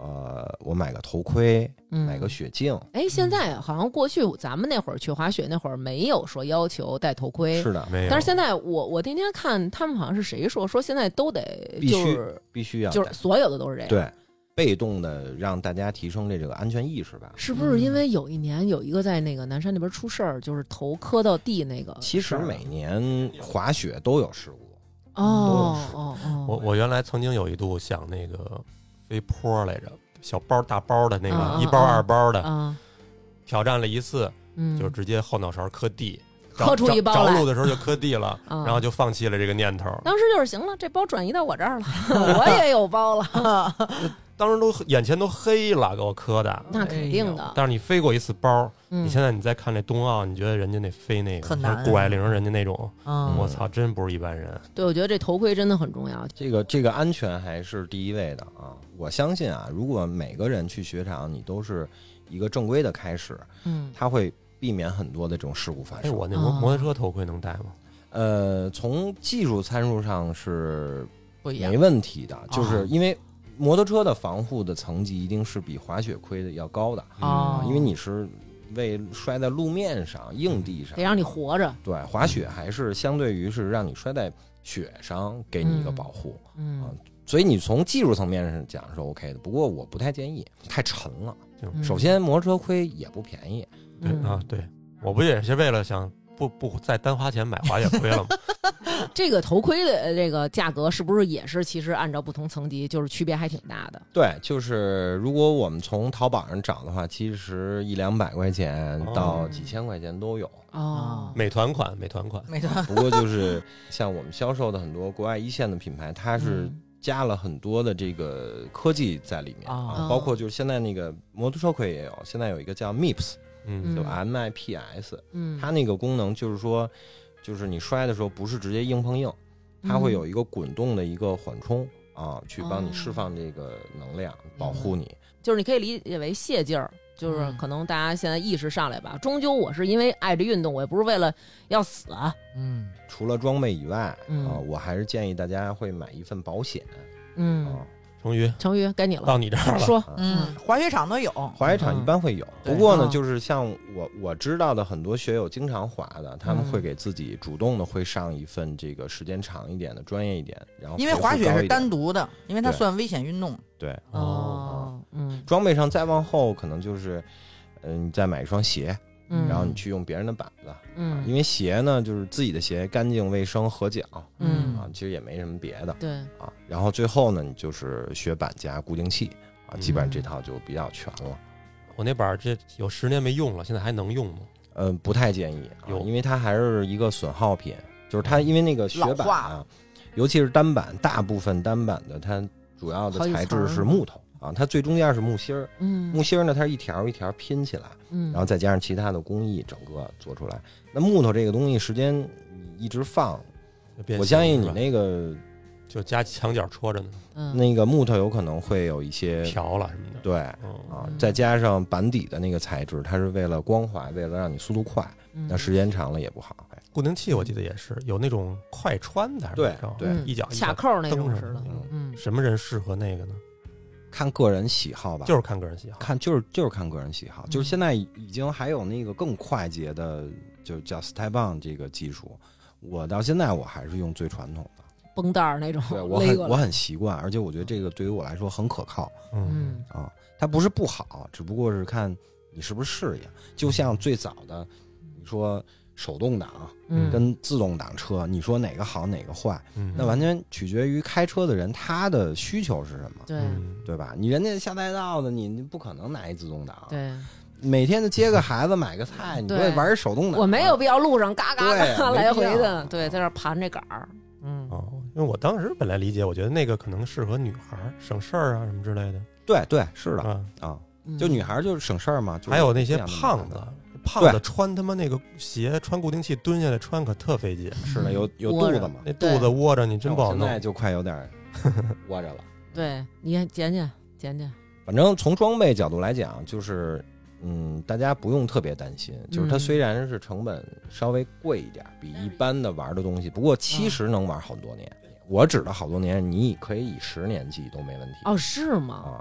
呃，我买个头盔， 嗯买个雪镜。 哎，现在好像过去咱们那会儿去滑雪那会儿没有说要求戴头盔， 是的， 没有。 但是现在我我那天看他们好像是谁说说现在都得必须、 就是必须要戴， 就是所有的都是这样。 对，被动的让大家提升这这个安全意识吧。 是不是因为有一年有一个在那个南山那边出事儿，就是头磕到地那个事儿？ 其实每年滑雪都有事故。 哦哦哦， 我我原来曾经有一度想那个飞坡来着，小包大包的那个、 啊、 一包二包的、 啊， 挑战了一次， 嗯， 就直接后脑勺磕地， 磕出一包来， 着陆的时候就磕地了， 啊、 然后就放弃了这个念头。 当时就是行了，这包转移到我这儿了，我也有包了。 当时都眼前都黑了，给我磕的。 那肯定的。 但是你飞过一次包， 嗯、 你现在你再看那冬奥，你觉得人家那飞那个很难， 谷爱凌人家那种， 嗯、 我操，真不是一般人。 对，我觉得这头盔真的很重要。 这个这个安全还是第一位的啊！我相信啊，如果每个人去雪场，你都是一个正规的开始， 嗯， 他会避免很多的这种事故发生。 哎，我那摩摩托车头盔能戴吗？ 呃，从技术参数上是不一样， 没问题的，就是因为摩托车的防护的层级一定是比滑雪盔的要高的啊， 因为你是为摔在路面上、硬地上， 得让你活着。 对，滑雪还是相对于是让你摔在雪上，给你一个保护。 嗯， 啊，所以你从技术层面上讲是 OK 的，不过我不太建议，太沉了。 嗯、 首先，摩托车盔也不便宜。 对、嗯、啊，对，我不也是为了想不不再单花钱买滑雪盔了吗？ 这个头盔的这个价格是不是也是其实按照不同层级就是区别还挺大的？ 对，就是如果我们从淘宝上找的话，其实一两百块钱到几千块钱都有。 哦， 美团款，美团款， 美团。 不过就是像我们销售的很多国外一线的品牌，它是加了很多的这个科技在里面、 嗯、 啊，包括就是现在那个摩托车盔也有，现在有一个叫 M I P S， 嗯， 就 M I P S， 嗯， 它那个功能就是说。就是你摔的时候不是直接硬碰硬，它会有一个滚动的一个缓冲、嗯、啊，去帮你释放这个能量，嗯、保护你。 就是你可以理解为泄劲儿，就是可能大家现在意识上来吧。终究我是因为爱着运动，我也不是为了要死啊。 嗯， 除了装备以外， 嗯、 啊，我还是建议大家会买一份保险。 嗯。 啊成瑜， 成瑜该你了， 到你这儿了。 说， 嗯，滑雪场都有， 滑雪场一般会有。 嗯、 不过呢，就是像我我知道的很多学友经常滑的，他们会给自己主动的会上一份这个时间长一点的、专业一点，然后因为滑雪是单独的，因为它算危险运动。 对， 哦，嗯， 装备上再往后可能就是，嗯、呃，你再买一双鞋。 嗯、 然后你去用别人的板子， 嗯、 啊，因为鞋呢就是自己的鞋干净卫生合脚， 嗯啊，其实也没什么别的， 对啊，然后最后呢你就是雪板加固定器啊，基本上这套就比较全了。 我那板这有十年没用了，现在还能用吗？ 嗯，不太建议啊， 有， 因为它还是一个损耗品，就是它因为那个雪板啊，尤其是单板，大部分单板的它主要的材质是木头。啊，它最中间是木芯儿， 嗯， 木芯儿呢，它是一条一条拼起来， 嗯， 然后再加上其他的工艺，整个做出来。那木头这个东西，时间你一直放，我相信你那个就加墙角戳着呢， 嗯， 那个木头有可能会有一些瓢了什么的， 对、嗯、啊，再加上板底的那个材质，它是为了光滑，为了让你速度快， 嗯、 那时间长了也不好。 固定器我记得也是有那种快穿的， 对对， 嗯、 一脚卡扣那种似的， 嗯， 什么人适合那个呢？ 看个人喜好吧， 就是看个人喜好， 看就是就是看个人喜好， 嗯、 就是现在已经还有那个更快捷的，就叫 Step on 这个技术。我到现在我还是用最传统的绷带那种， 对我很我很习惯，而且我觉得这个对于我来说很可靠。 嗯啊，它不是不好，只不过是看你是不是适应。就像最早的，你说手动挡跟自动挡车， 嗯、 你说哪个好哪个坏， 嗯、 那完全取决于开车的人他的需求是什么， 对对吧？你人家下赛道的，你你不可能拿一自动挡， 对。 每天的接个孩子买个菜，你会玩手动挡？ 我没有必要路上嘎嘎嘎来回的， 对， 在那盘这杆儿。嗯哦，因为我当时本来理解，我觉得那个可能适合女孩省事儿啊什么之类的。 对对，是的啊、 啊， 就女孩就是省事儿嘛。 还有那些胖子，胖子穿他妈那个鞋，穿固定器蹲下来穿可特费劲。 是的，有有肚子嘛， 那肚子窝着你真不好弄。 现在就快有点窝着了。 对，你减减减减。 反正从装备角度来讲，就是。嗯，大家不用特别担心，就是它虽然是成本稍微贵一点，比一般的玩的东西，不过其实能玩好多年。我指的好多年，你可以以十年计都没问题。 哦，是吗？ 啊，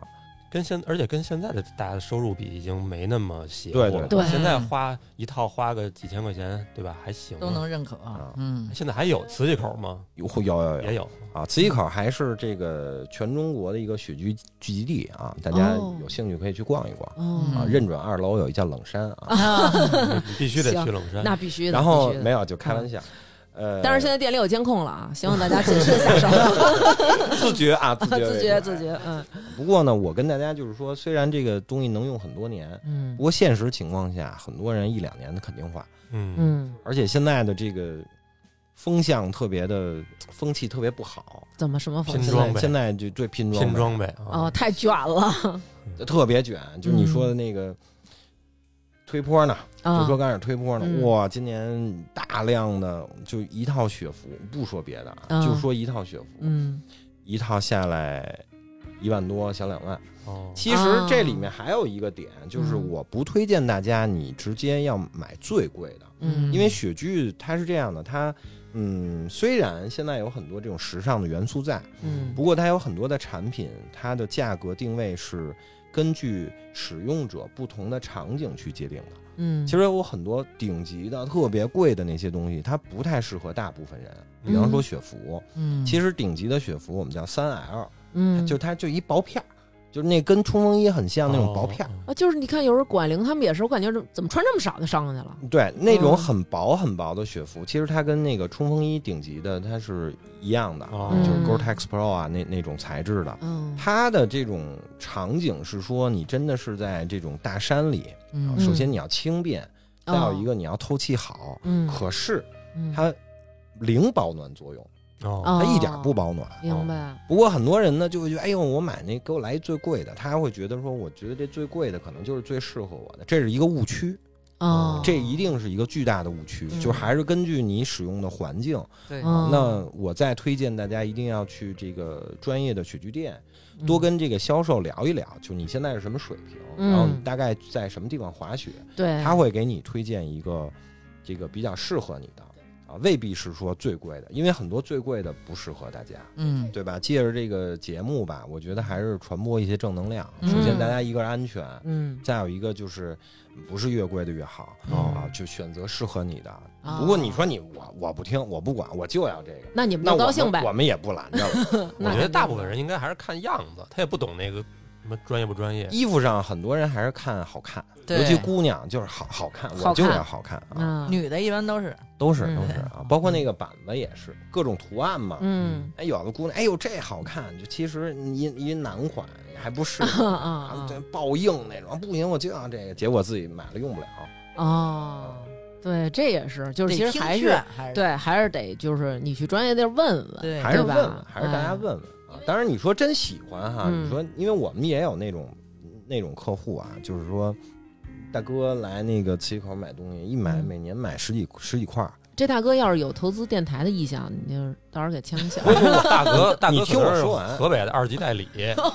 跟现而且跟现在的大家的收入比已经没那么邪乎对对了。 对现在花一套花个几千块钱，对吧？还行， 都能认可。 啊嗯， 现在还有磁器口吗？ 有有有有也有啊，磁器口还是这个全中国的一个雪具聚集地啊，大家哦有兴趣可以去逛一逛哦， 啊。认准二楼有一叫冷山啊， 啊， 你必须得行去冷山。 那必须的。 然后必须的没有就开玩笑，呃， 但是现在店里有监控了啊，希望大家谨慎下手， 自觉啊，自觉自觉自觉，嗯不过呢，我跟大家就是说，虽然这个东西能用很多年， 嗯不过现实情况下，很多人一两年的肯定坏， 嗯嗯， 而且现在的这个风向特别的风气特别不好， 怎么什么风气？ 拼装备现在现在就对拼装拼装备啊， 哦，太卷了特别卷，就你说的那个推坡呢， 啊就说刚开始推坡呢， 嗯哇，今年大量的就一套雪服，不说别的啊， 啊就说一套雪服， 嗯一套下来一万多，小两万。 哦， 其实这里面还有一个点，就是我不推荐大家你直接要买最贵的， 嗯， 因为雪具它是这样的，它嗯，虽然现在有很多这种时尚的元素在， 嗯不过它有很多的产品，它的价格定位是根据使用者不同的场景去界定的。 嗯， 其实有很多顶级的、特别贵的那些东西，它不太适合大部分人。比方说雪服， 嗯， 其实顶级的雪服我们叫三 L， 嗯， 就它就一薄片儿，就是那跟冲锋衣很像那种薄片儿。 啊，就是你看有时候管零他们也是，我感觉这怎么穿这么少就上去了？ 对，那种嗯很薄很薄的雪服，其实它跟那个冲锋衣顶级的它是一样的， 哦就是嗯 Gore-Tex Pro 啊那那种材质的。 嗯， 它的这种场景是说，你真的是在这种大山里， 嗯首先你要轻便，再有一个你要透气好。 嗯， 可是嗯它零保暖作用， 哦， 哦它一点不保暖。 明白， 不过很多人呢就会觉得，哎呦，我买那给我来一最贵的，他还会觉得说，我觉得这最贵的可能就是最适合我的，这是一个误区， 哦， 这一定是一个巨大的误区， 嗯就还是根据你使用的环境。 对， 哦那我再推荐大家一定要去这个专业的雪具店， 嗯多跟这个销售聊一聊，就你现在是什么水平， 嗯然后你大概在什么地方滑雪， 对， 他会给你推荐一个这个比较适合你的啊，未必是说最贵的，因为很多最贵的不适合大家。 嗯对吧？借着这个节目吧，我觉得还是传播一些正能量。 嗯首先，大家一个是安全， 嗯再有一个就是不是越贵的越好、 哦啊，就选择适合你的。 哦不过你说你我我不听，我不管，我就要这个， 那你们那我就高兴呗们我。们也不拦着了。 我那觉得大部分人应该还是看样子，他也不懂那个什么专业不专业。 衣服上很多人还是看好看， 对尤其姑娘就是好好看， 好看我就要好看啊， 啊， 女的一般都是， 都是嗯都是啊，包括那个板子也是各种图案嘛。 嗯哎，有的姑娘，哎呦这好看，就其实一一男款还不是啊啊对爆硬那种，不行我就要这个，结果自己买了用不了。 哦，对，这也是，就是其得听实还是劝还是对，还是得就是你去专业地儿问问， 对还是对吧问问，还是大家哎问问啊。当然，你说真喜欢哈， 嗯你说，因为我们也有那种那种客户啊，就是说，大哥来那个磁器口买东西，一买嗯每年买十几十几块儿。 这大哥要是有投资电台的意向，你就到时候给牵一下。 不不不，大哥，大哥你听我可能是说完河北的二级代理，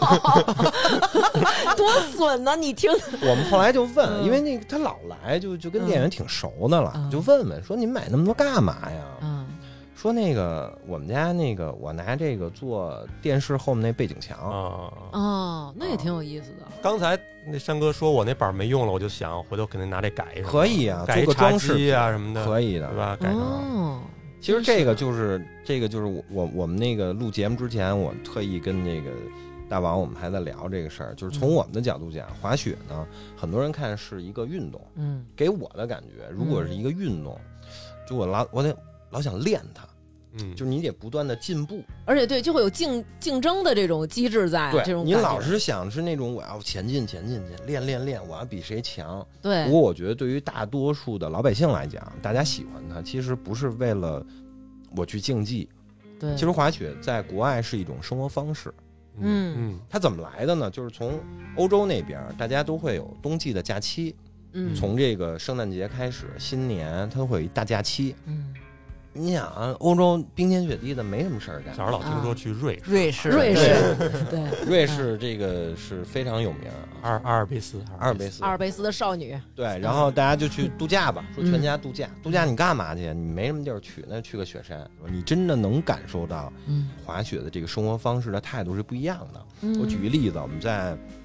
多损呐！你听， 我们后来就问， 嗯因为那个他老来，就就跟店员挺熟的了， 嗯就问问说您买那么多干嘛呀？ 嗯说那个我们家那个我拿这个做电视后面那背景墙。 啊。 哦，那也挺有意思的。 刚才那山哥说我那板没用了，我就想回头肯定拿这改一下， 可以啊， 改一茶做个装饰几啊什么的， 可以的对。吧？改成哦， 其实这个就是这个就是我我我们那个录节目之前，我特意跟那个大王我们还在聊这个事儿，就是从我们的角度讲，滑雪呢，很多人看是一个运动， 嗯给我的感觉，如果是一个运动，就我老我得老想练它， 嗯， 就是你得不断的进步。 而且对，就会有竞竞争的这种机制在，这对， 种感觉你老是想是那种我要前进前进前练练练，我要比谁强。 对不过我觉得对于大多数的老百姓来讲，大家喜欢它，其实不是为了我去竞技。 对， 其实滑雪在国外是一种生活方式。 嗯嗯它怎么来的呢？就是从欧洲那边，大家都会有冬季的假期， 嗯从这个圣诞节开始，新年它会有一大假期。 嗯你想啊，欧洲冰天雪地的，没什么事儿干。 小时候老听说去瑞士， 瑞士， 瑞对士对瑞士这个是非常有名啊， 阿尔阿尔卑斯， 阿尔卑斯阿尔卑斯的少女， 对，然后大家就去度假吧，说嗯全家度假，度假你干嘛去？你没什么地儿去，那去个雪山，你真的能感受到嗯滑雪的这个生活方式的态度是不一样的。 嗯我举个例子，我们在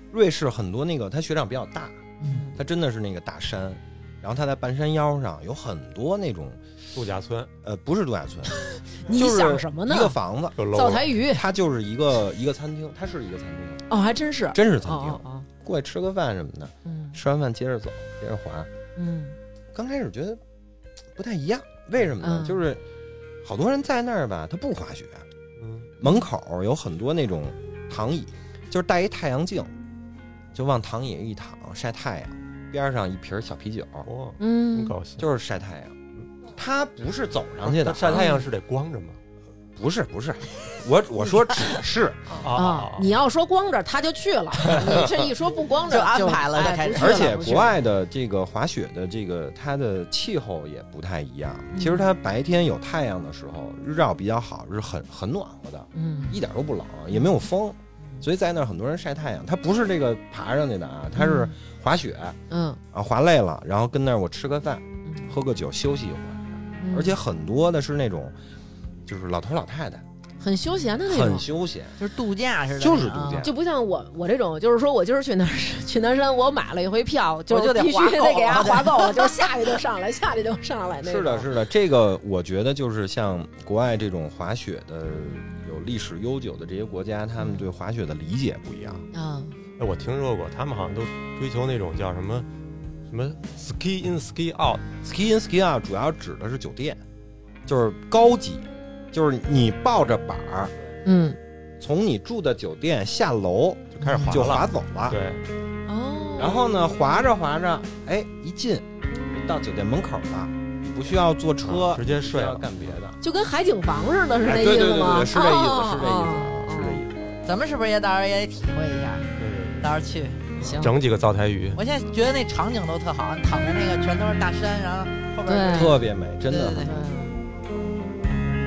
瑞士很多那个它雪场比较大， 嗯， 它真的是那个大山，然后它在半山腰上有很多那种度假村， 呃不是度假村， 你就是想什么呢一？个房子， 就 low 了灶台鱼它就是一个一个餐厅，它是一个餐厅， 哦，还真是， 真是餐厅， 哦哦哦， 过去吃个饭什么的， 嗯吃完饭接着走，接着滑。 嗯刚开始觉得不太一样，为什么呢？ 嗯就是好多人在那儿吧，他不滑雪， 嗯， 门口有很多那种躺椅，就是带一太阳镜，就往躺椅一躺晒太阳，边上一瓶小啤酒， 哇，真嗯， 高兴。 就是晒太阳。他不是走上去的， 那晒太阳是得光着吗？ 不是不是，我我说只是啊， 啊，你要说光着他就去了，你这一说不光着就安排了就开始哎不去而且不去国外的这个滑雪的这个它的气候也不太一样。 嗯其实它白天有太阳的时候，日照比较好，是很很暖和的， 嗯一点都不冷，也没有风，所以在那儿很多人晒太阳。他不是这个爬上去的啊，他是滑雪嗯啊，滑累了，然后跟那儿我吃个饭， 嗯喝个酒，休息一会儿。 嗯而且很多的是那种，就是老头老太太， 很休闲的那种很。休闲， 就是度假似的， 就是度假啊就不像我我这种，就是说我今儿去南去南山，我买了一回票，就我就得必须划够得给他了划够了，就是下去就上来，下去就上来那种。 是的，是的，这个我觉得就是像国外这种滑雪的有历史悠久的这些国家，他们对滑雪的理解不一样。 啊， 哎，我听说过，他们好像都追求那种叫什么什么 ski in ski out， Ski in ski out 主要指的是酒店，就是高级，就是你抱着板儿嗯， 从你住的酒店下楼就开始滑就了。 滑走了。 对， 哦， 然后呢，滑着滑着，哎，一进到酒店门口了，不需要坐车， 啊直接不需要睡了。 干别的。 就跟海景房似的，是那哎， 意对对对思吗？ 对，是这意思， 哦是这意思， 哦是这意思。 咱们是不是也到时候也得体会一下？ 对， 到时候去。 行， 整几个灶台鱼。 我现在觉得那场景都特好，你躺在那个全都是大山，然后后边对是特别美，真的对对很美。 对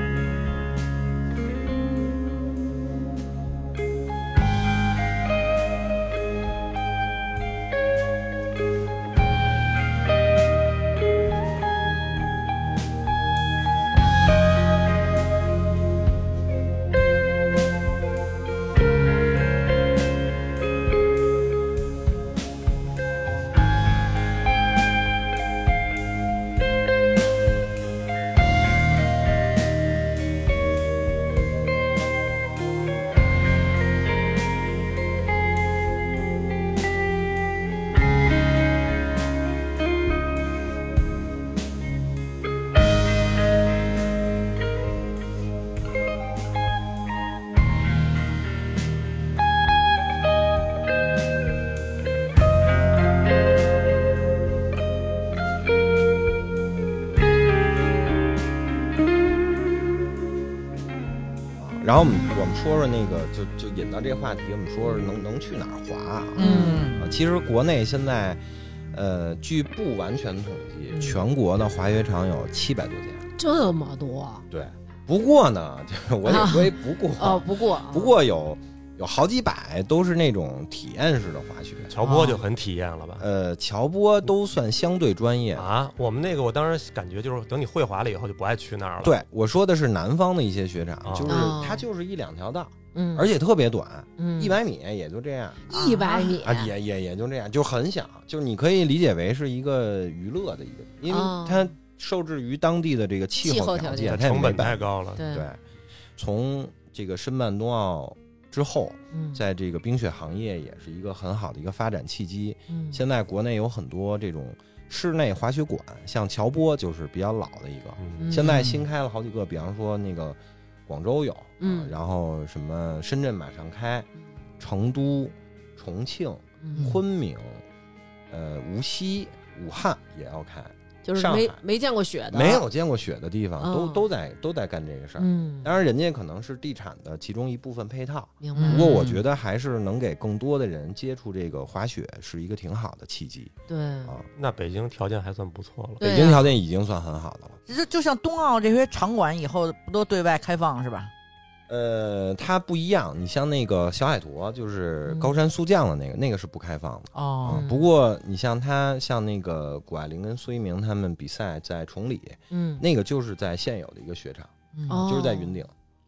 然后我们我们说说那个，就就引到这个话题，我们说说能能去哪儿滑啊？ 嗯啊，其实国内现在，呃，据不完全统计， 嗯全国的滑雪场有七百多家。 这么多对，不过呢，就是我得说一不过， 哦，不过不过有有好几百都是那种体验式的滑雪。 乔波就很体验了吧？ 呃，乔波都算相对专业。 啊，我们那个我当时感觉就是，等你会滑了以后就不爱去那儿了。 对，我说的是南方的一些雪场， 哦就是哦它就是一两条道， 嗯， 而且特别短， 嗯一百米也就这样一百米啊，也也也就这样，就很小，就是你可以理解为是一个娱乐的一个，因为哦它受制于当地的这个气气候条件， 候条件它也成本没办法。 太高了。 对对，从这个申办冬奥之后， 嗯在这个冰雪行业也是一个很好的一个发展契机。 嗯现在国内有很多这种室内滑雪馆，像乔波就是比较老的一个， 嗯， 现在新开了好几个，比方说那个广州有， 嗯啊然后什么深圳马上开，成都、重庆、 嗯昆明，呃，无锡、武汉也要开， 就是上海没没见过雪的， 没有见过雪的地方， 哦都都在都在干这个事儿。 嗯， 当然，人家可能是地产的其中一部分配套， 明白不过我觉得还是能给更多的人接触这个滑雪是一个挺好的契机对啊。 那北京条件还算不错了。 对啊北京条件已经算很好的了。 就就像冬奥这些场馆以后不都对外开放是吧？ 呃，它不一样，你像那个小海坨，就是嗯高山速降的那个，那个是不开放的。 哦嗯不过你像他，像那个谷爱凌跟苏一鸣他们比赛在崇礼， 嗯那个就是在现有的一个雪场， 嗯哦就是在云顶，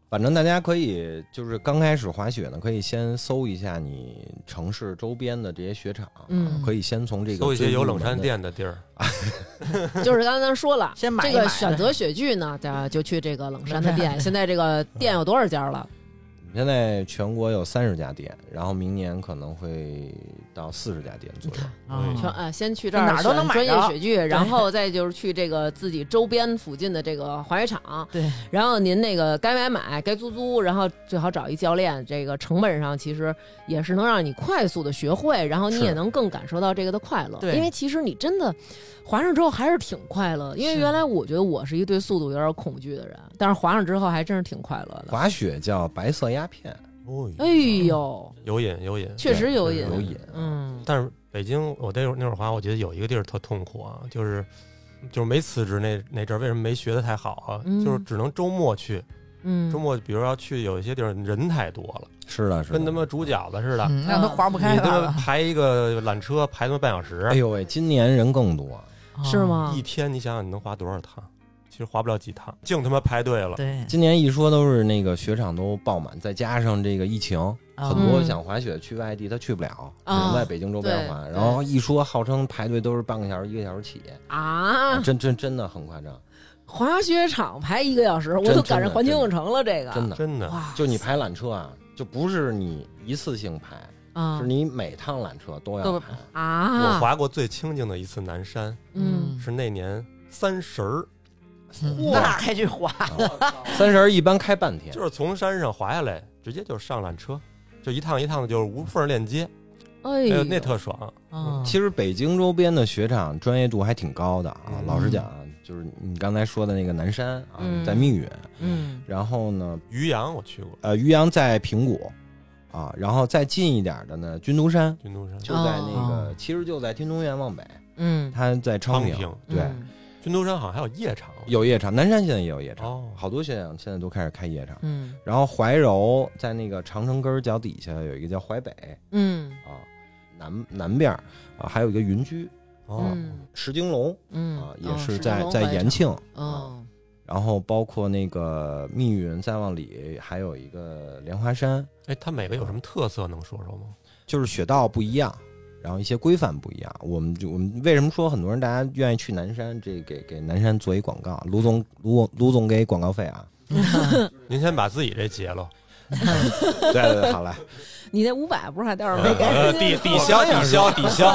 反正大家可以就是刚开始滑雪呢，可以先搜一下你城市周边的这些雪场， 嗯可以先从这个搜一些有冷山山店的地儿。 就是刚才咱说了， 先买一这个买选择雪具呢，大家就去这个冷山的店。现在这个店有多少家了？ 现在全国有三十家店，然后明年可能会到四十家店左右。 嗯全呃，先去这儿哪儿都能买选专业着雪具，然后再就是去这个自己周边附近的这个滑雪场。 对， 然后您那个该买买，该租租，然后最好找一教练。这个成本上其实也是能让你快速的学会，然后你是也能更感受到这个的快乐。 对因为其实你真的滑上之后还是挺快乐的。因为是原来我觉得我是一对速度有点恐惧的人，但是滑上之后还真是挺快乐的。 滑雪叫白色鸦片， 哦， 哎呦， 有瘾有瘾， 确实有瘾， 有瘾。 嗯， 但是北京我那会儿那会儿滑，我觉得有一个地儿特痛苦啊，就是就是没辞职那那阵儿，为什么没学的太好啊？ 嗯就是只能周末去， 嗯， 周末比如要去有一些地儿人太多了， 是的，是的， 跟他妈煮饺子似的， 嗯，让他划不开你他妈了。 排一个缆车排他妈半小时， 哎呦喂，今年人更多， 是吗？ 一天你想想你能滑多少趟？其实滑不了几趟，净他妈排队了。 对， 今年一说都是那个雪场都爆满，再加上这个疫情，很多想滑雪去外地他去不了，只能在北京周边滑。然后一说号称排队都是半个小时、一个小时起， 啊， 真真真的很夸张。 滑雪场排一个小时，我都赶上环球影城了。这个真的真的， 哇， 就你排缆车啊，就不是你一次性排， 啊是你每趟缆车都要排。 啊， 我滑过最清静的一次南山， 嗯是那年三十儿， 那还去滑？ 啊三十儿一般开半天， 就是从山上滑下来，直接就上缆车，就一趟一趟的，就是无缝链接， 哎哎呦呦， 那特爽。 嗯其实北京周边的雪场专业度还挺高的啊。 嗯老实讲啊，就是你刚才说的那个南山啊， 嗯在密云， 嗯然后呢， 渔阳我去过， 呃，渔阳在平谷啊，然后再近一点的呢，军都山军都山就在那个， 哦其实就在天通苑往北， 嗯， 它在昌平， 昌平对， 嗯军都山好像还有夜场， 有夜场，南山现在也有夜场， 哦， 好多雪场现在都开始开夜场。 嗯然后怀柔在那个长城根儿脚底下有一个叫淮北嗯啊，南南边儿啊还有一个云居， 哦， 嗯石京龙嗯啊也哦是在在石家庄滑雪延庆， 场哦然后包括那个密云再往里还有一个莲花山， 哎，它每个有什么特色能说说吗？ 就是雪道不一样，然后一些规范不一样。我们就我们为什么说很多人大家愿意去南山？这给给南山做一广告，卢总卢卢总给广告费啊！ 您先把自己这结了， 对对对，好嘞。 你那五百不是还待会儿没给？ 呃抵抵消抵消抵消，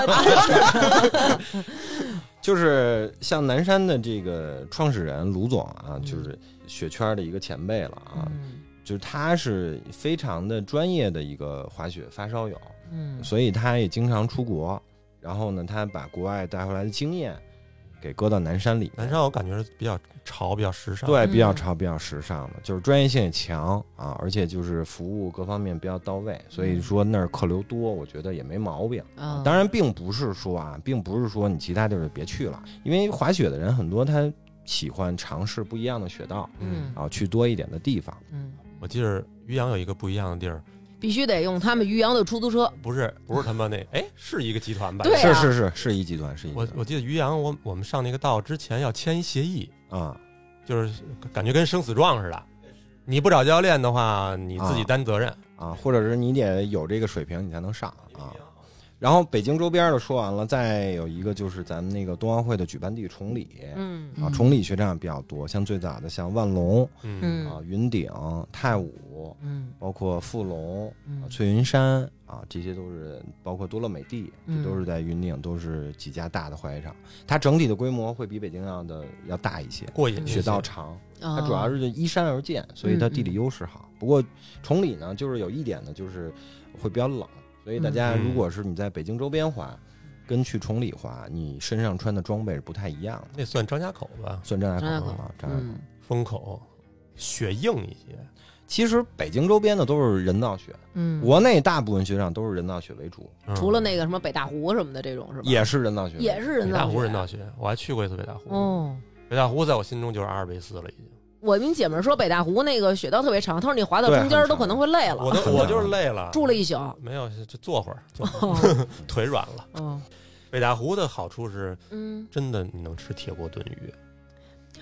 就是像南山的这个创始人卢总啊， 嗯就是雪圈的一个前辈了啊， 嗯就是他是非常的专业的一个滑雪发烧友， 嗯所以他也经常出国，然后呢，他把国外带回来的经验给搁到南山里面。 南山我感觉是比较潮、比较时尚。 对，比较嗯潮、比较时尚的，就是专业性也强啊，而且就是服务各方面比较到位，所以说那儿客流多，我觉得也没毛病。 啊， 当然，并不是说啊，并不是说你其他地儿就别去了，因为滑雪的人很多，他喜欢尝试不一样的雪道， 嗯啊，去多一点的地方。 嗯， 我记得渔阳有一个不一样的地儿， 必须得用他们渔阳的出租车。 不是不是他妈那，哎，是一个集团吧？ 对啊是是是是一集团，是一集团我我记得渔阳，我我们上那个道之前要签一协议， 啊， 就是感觉跟生死状似的。你不找教练的话，你自己担责任。 啊，或者是你得有这个水平，你才能上啊。然后北京周边的说完了，再有一个就是咱们那个冬奥会的举办地崇礼， 嗯啊，崇礼雪场比较多，像最早的像万隆嗯， 嗯啊、云顶、太武， 嗯包括富龙、啊嗯翠云山啊，这些都是包括多乐美地， 嗯这都是在云顶，都是几家大的滑雪场。它整体的规模会比北京要的要大一些， 过瘾一些。 雪道长， 它它主要是依山而建，所以它地理优势好。不过崇礼呢，就是有一点呢，就是会比较冷，所以大家嗯如果是你在北京周边滑，跟去崇礼滑，你身上穿的装备是不太一样的。 那算张家口吧， 算张家张家口口啊，张家口。 嗯风口，雪硬一些。 其实北京周边的都是人造雪， 嗯， 国内大部分雪场都是人造雪为主， 嗯除了那个什么北大湖什么的这种是吧？ 也是人造雪为主， 也是人北大造雪湖人造雪，我还去过一次北大湖。 哦。 北大湖在我心中就是阿尔卑斯了，已经。 我们姐们儿说北大湖那个雪道特别长，她说你滑到中间儿都可能会累了。 我都我就是累了， 住了一宿。 没有就坐会儿，坐会儿哦腿软了。 哦北大湖的好处是， 嗯， 真的你能吃铁锅炖鱼。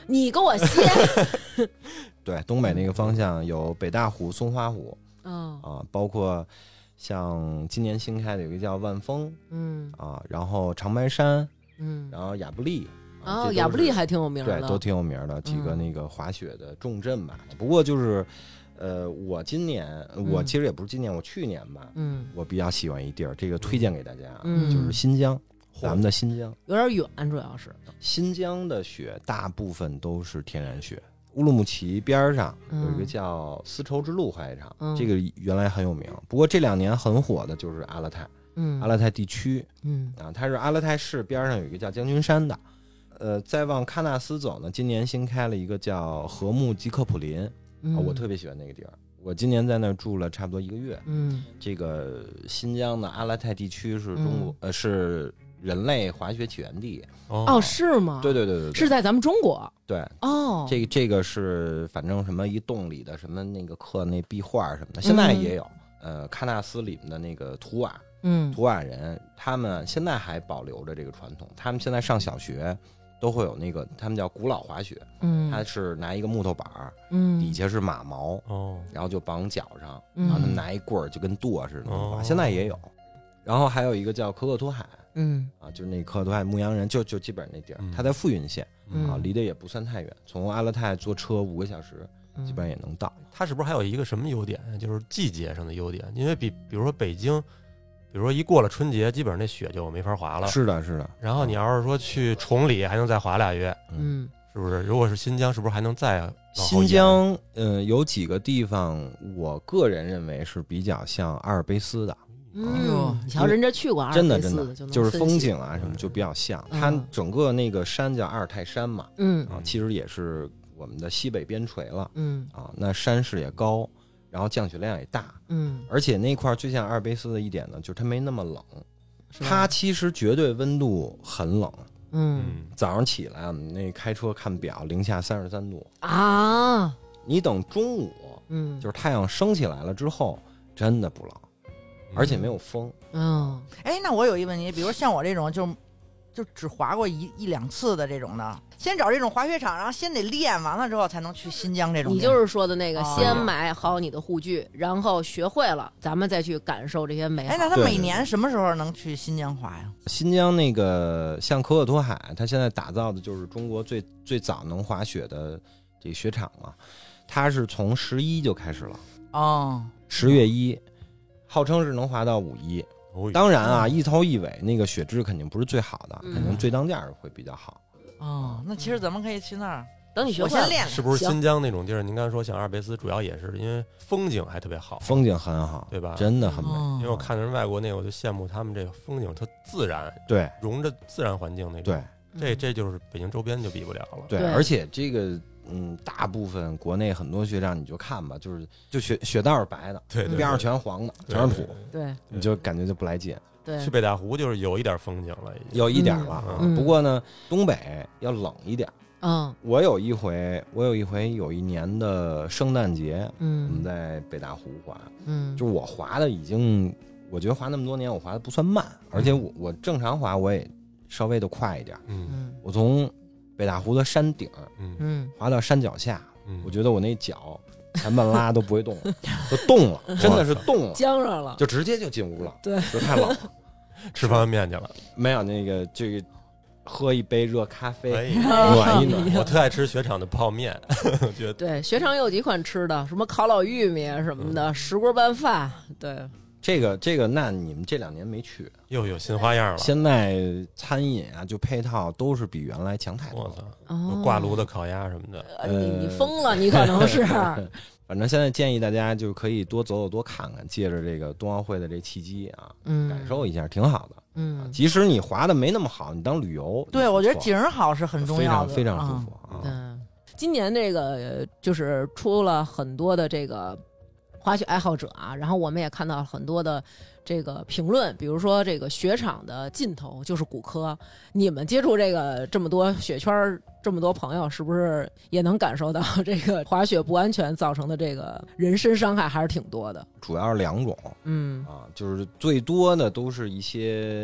你给我歇。 对，东北那个方向有北大湖、松花湖嗯啊，包括像今年新开的有一个叫万丰嗯啊，然后长白山， 嗯， 然后亚布力。啊、 哦，亚布力还挺有名的， 对，都挺有名的几个那个滑雪的重镇吧。嗯、不过就是，呃，我今年我其实也不是今年，我去年吧，嗯，我比较喜欢一地儿，这个推荐给大家，嗯，就是新疆，咱们的新疆有点远，主要是新疆的雪大部分都是天然雪。乌鲁木齐边上有一个叫丝绸之路滑雪场，嗯、这个原来很有名，不过这两年很火的就是阿勒泰，嗯，阿勒泰地区，嗯啊，它是阿勒泰市边上有一个叫将军山的。呃，再往喀纳斯走呢，今年新开了一个叫禾木吉克普林，嗯啊、我特别喜欢那个地儿。我今年在那儿住了差不多一个月。嗯，这个新疆的阿勒泰地区是中国、嗯、呃是人类滑雪起源地。 哦，是吗？ 对对对 对, 对， 是在咱们中国。 对，哦，这个这个是反正什么一洞里的什么那个刻那壁画什么的，现在也有。嗯、呃，喀纳斯里面的那个图瓦，嗯，图瓦人他们现在还保留着这个传统，他们现在上小学。都会有那个，他们叫古老滑雪，嗯，他是拿一个木头板儿，嗯，底下是马毛，哦，然后就绑脚上，嗯、然后他们拿一棍儿就跟舵似的，哦，现在也有。然后还有一个叫可可托海，嗯，啊，就是那可可托海牧羊人，就就基本上那地儿，它、嗯、在富蕴县，嗯、啊，离得也不算太远，从阿勒泰坐车五个小时，基本上也能到。 它是不是还有一个什么优点？就是季节上的优点，因为比比如说北京。比如说一过了春节，基本上那雪就没法滑了。 是的，是的。 然后你要是说去崇礼，还能再滑俩月，嗯，是不是？如果是新疆，是不是还能再？ 新疆，嗯、呃，有几个地方，我个人认为是比较像阿尔卑斯的。 嗯，你瞧人家去过阿尔卑斯的， 真的真的就是风景啊什么就比较像。嗯、它整个那个山叫阿尔泰山嘛，嗯啊，其实也是我们的西北边陲了，嗯啊，那山势也高。然后降雪量也大，嗯，而且那块最像阿尔卑斯的一点呢，就是它没那么冷，它其实绝对温度很冷，嗯，早上起来我们那开车看表，零下三十三度啊，你等中午，嗯，就是太阳升起来了之后，真的不冷，而且没有风， 嗯，哎，那我有一问题，比如像我这种就就只滑过一一两次的这种的。先找这种滑雪场，然后先得练完了之后才能去新疆这种。 你就是说的那个，哦、先买好你的护具，然后学会了，咱们再去感受这些美好。 哎，那他每年什么时候能去新疆滑呀？ 新疆那个像可可托海，它现在打造的就是中国最最早能滑雪的这个雪场嘛，它是从十一就开始了哦，十月一，号称是能滑到五一。当然啊，一头一尾那个雪质肯定不是最好的，嗯、肯定最当价会比较好。 哦，那其实咱们可以去那儿， 等你学会了练。 是不是新疆那种地儿？您刚才说像阿尔卑斯，主要也是因为风景还特别好， 风景很好， 对吧？ 真的很美。 因为我看人外国那个，我就羡慕他们这个风景特自然， 对， 融着自然环境那种。对，这这就是北京周边就比不了了。 对，而且这个嗯，大部分国内很多雪场你就看吧，就是就雪雪道是白的， 对， 边上全黄的，全是土， 对， 你就感觉就不来劲。 对， 去北大湖就是有一点风景了， 有一点了啊。嗯、不过呢，东北要冷一点。嗯，我有一回，我有一回有一年的圣诞节，嗯，我们在北大湖滑，嗯，就是我滑的已经，我觉得滑那么多年，我滑的不算慢，而且我我正常滑我也稍微的快一点，嗯，我从北大湖的山顶，嗯，滑到山脚下，嗯，我觉得我那脚前半拉都不会动了，都冻了，真的是冻了， 僵上了， 就直接就进屋了， 对， 就太冷了。 吃方便面去了？ 没有，那个这个喝一杯热咖啡，暖一暖。 我特爱吃雪场的泡面，觉得对，雪场有几款吃的，什么烤老玉米什么的，石锅拌饭。对， 这个这个，那你们这两年没去， 又有新花样了。 现在餐饮啊，就配套都是比原来强太多了。 有挂炉的烤鸭什么的， 呃、你你疯了，你可能是。 反正现在建议大家就可以多走走多看看，借着这个冬奥会的这契机啊，嗯，感受一下，挺好的。嗯，即使你滑的没那么好，你当旅游， 对，我觉得景好是很重要的， 非常非常舒服啊。 嗯，今年这个就是出了很多的这个滑雪爱好者啊，然后我们也看到很多的这个评论，比如说这个雪场的尽头就是骨科，你们接触这个这么多雪圈这么多朋友，是不是也能感受到这个滑雪不安全造成的这个人身伤害还是挺多的？ 主要是两种，嗯啊，就是最多的都是一些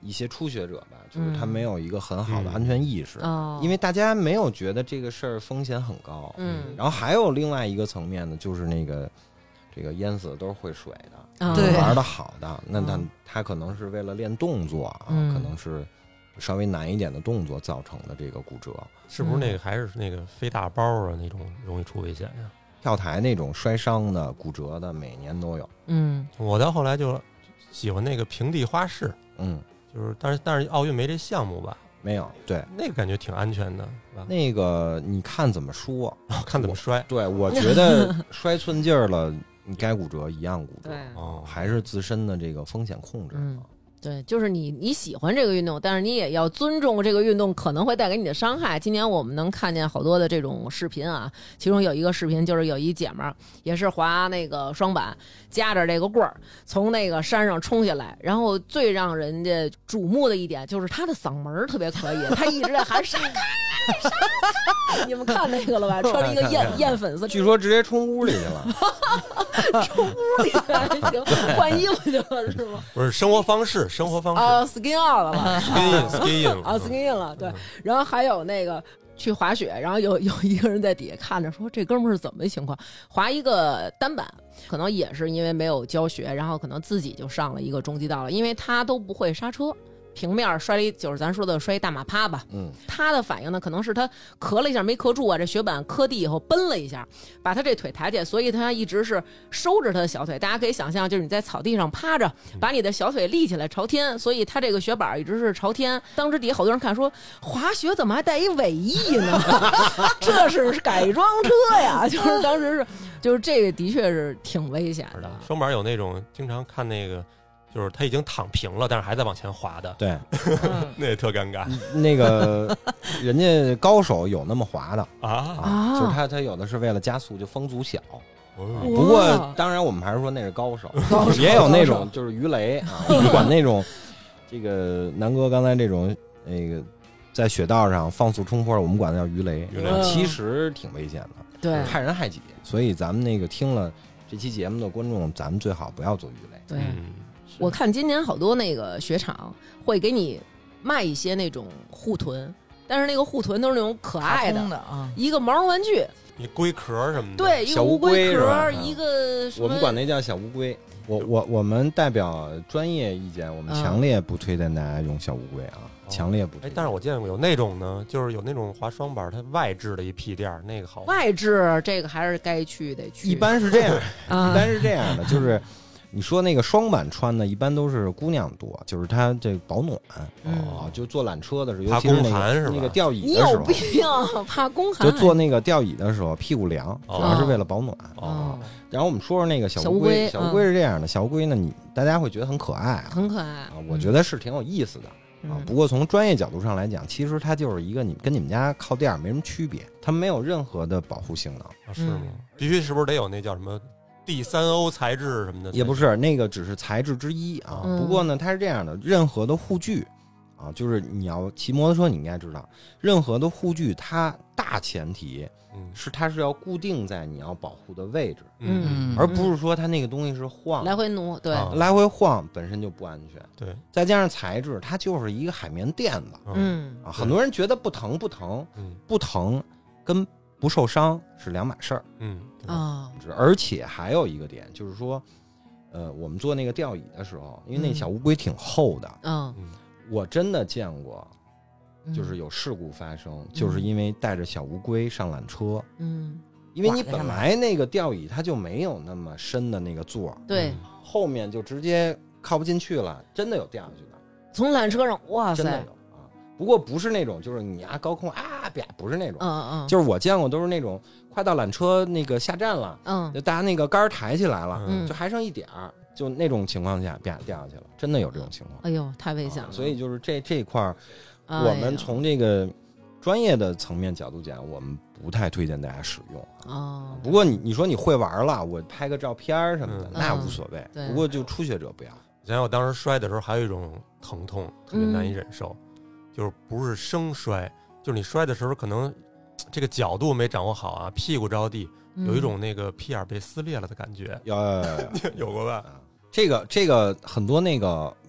一些初学者吧，就是他没有一个很好的嗯安全意识， 哦， 因为大家没有觉得这个事儿风险很高。 嗯， 然后还有另外一个层面呢，就是那个这个淹死的都是会水的， 啊对玩的好的，那他嗯他可能是为了练动作啊， 嗯可能是稍微难一点的动作造成的这个骨折。 是不是那个还是那个飞大包啊那种容易出危险呀？ 跳台那种摔伤的、骨折的，每年都有。 嗯我到后来就喜欢那个平地花式， 嗯， 就是但是但是奥运没这项目吧， 没有，对， 那个感觉挺安全的，是吧？ 那个你看怎么说？ 看怎么摔。 对，我觉得摔寸劲儿了，你该骨折一样骨折， 对， 哦， 还是自身的这个风险控制。 嗯对，就是你你喜欢这个运动，但是你也要尊重这个运动可能会带给你的伤害。今年我们能看见好多的这种视频啊，其中有一个视频就是有一姐们儿也是滑那个双板，夹着这个棍儿从那个山上冲下来，然后最让人家瞩目的一点就是她的嗓门儿特别可以，她一直在喊闪开闪开，你们看那个了吧？穿着一个艳艳粉丝， 据说直接冲屋里去了。 冲屋里还行，换衣服去了是吗？ 不是生活方式，生活方式。 啊、s k i n out 了。 skin in skin in 啊 skin in 了，对。然后还有那个去滑雪，然后有有一个人在底下看着说，这哥们儿是怎么一情况？滑一个单板，可能也是因为没有教学，然后可能自己就上了一个中级道了，因为他都不会刹车。平面摔了一，就是咱说的摔一大马趴吧。 嗯， 他的反应呢，可能是他磕了一下没磕住啊，这雪板磕地以后奔了一下，把他这腿抬起来，所以他一直是收着他的小腿。大家可以想象，就是你在草地上趴着，把你的小腿立起来朝天，所以他这个雪板一直是朝天。当时底下好多人看说，滑雪怎么还带一尾翼呢？这是改装车呀！就是当时是，就是这个的确是挺危险的。 双板有那种经常看那个。就是他已经躺平了，但是还在往前滑的， 对， 那也特尴尬。 那个人家高手有那么滑的啊啊就是他他有的是为了加速，就风阻小。 哦不过当然我们还是说那是高手，也有那种就是鱼雷啊，我们管那种这个南哥刚才这种那个在雪道上放速冲坡，我们管它叫鱼雷， 鱼雷其实挺危险的， 对， 害人害己。所以咱们那个听了这期节目的观众，咱们最好不要做鱼雷。 对。 嗯我看今年好多那个雪场会给你卖一些那种护臀，但是那个护臀都是那种可爱的， 的啊， 一个毛绒玩具， 一龟壳什么的， 对，一个小乌龟龟是吧壳，一个什么我们管那叫小乌龟。我我我们代表专业意见，我们强烈不推荐大家用小乌龟啊， 哦强烈不推荐。 哎，但是我见过有那种呢，就是有那种滑双板，它外置的一屁垫儿，那个好。 外置，这个还是该去得去。 一般是这样， 啊一般是这样的，就是你说那个双板穿的，一般都是姑娘多，就是她这保暖嗯啊，就坐缆车的时候， 怕尤其是那宫寒是吧个那个吊椅你的时候， 有病，怕宫寒。 就坐那个吊椅的时候屁股凉，主要是为了保暖。 哦， 然后我们说说那个小乌小乌龟小乌龟是这样的，小乌龟呢，你大家会觉得很可爱啊， 很可爱啊，我觉得是挺有意思的。啊，不过从专业角度上来讲，其实它就是一个你跟你们家靠垫没什么区别，它没有任何的保护性能。 啊是吗？必须是不是得有那叫什么 D 三 O 材质什么的？ 也不是，那个只是材质之一啊。 嗯不过呢，它是这样的，任何的护具啊，就是你要骑摩托车，你应该知道，任何的护具它大前提嗯是它是要固定在你要保护的位置， 嗯而不是说它那个东西是晃来回挪，对， 啊来回晃本身就不安全。 对， 再加上材质，它就是一个海绵垫子嗯啊。很多人觉得不疼不疼， 嗯不疼跟不受伤是两码事儿。 嗯啊， 而且还有一个点就是说，呃，我们做那个吊椅的时候，因为那小乌龟挺厚的， 嗯， 嗯我真的见过， 嗯就是有事故发生，就是因为带着小乌龟上缆车， 嗯， 因为你本来那个吊椅它就没有那么深的那个座， 对， 后面就直接靠不进去了，真的有掉下去的， 从缆车上，哇塞， 真的有啊。不过不是那种就是你啊高空啊啪，不是那种， 嗯嗯， 就是我见过都是那种快到缆车那个下站了， 嗯就大家那个杆儿抬起来了， 嗯就还剩一点儿，就那种情况下啪掉下去了，真的有这种情况。 哎呦，太危险了。 啊所以就是这这一块儿， 哎呀我们从这个专业的层面角度讲，我们不太推荐大家使用。 哦， 不过你你说你会玩了，我拍个照片儿什么的， 嗯那无所谓。 对不过就初学者不要。 想想我当时摔的时候，还有一种疼痛特别难以忍受，就是不是生摔，就是你摔的时候可能这个角度没掌握好啊，屁股着地， 嗯有一种那个屁眼被撕裂了的感觉， 要有过吧？ 这个这个很多那个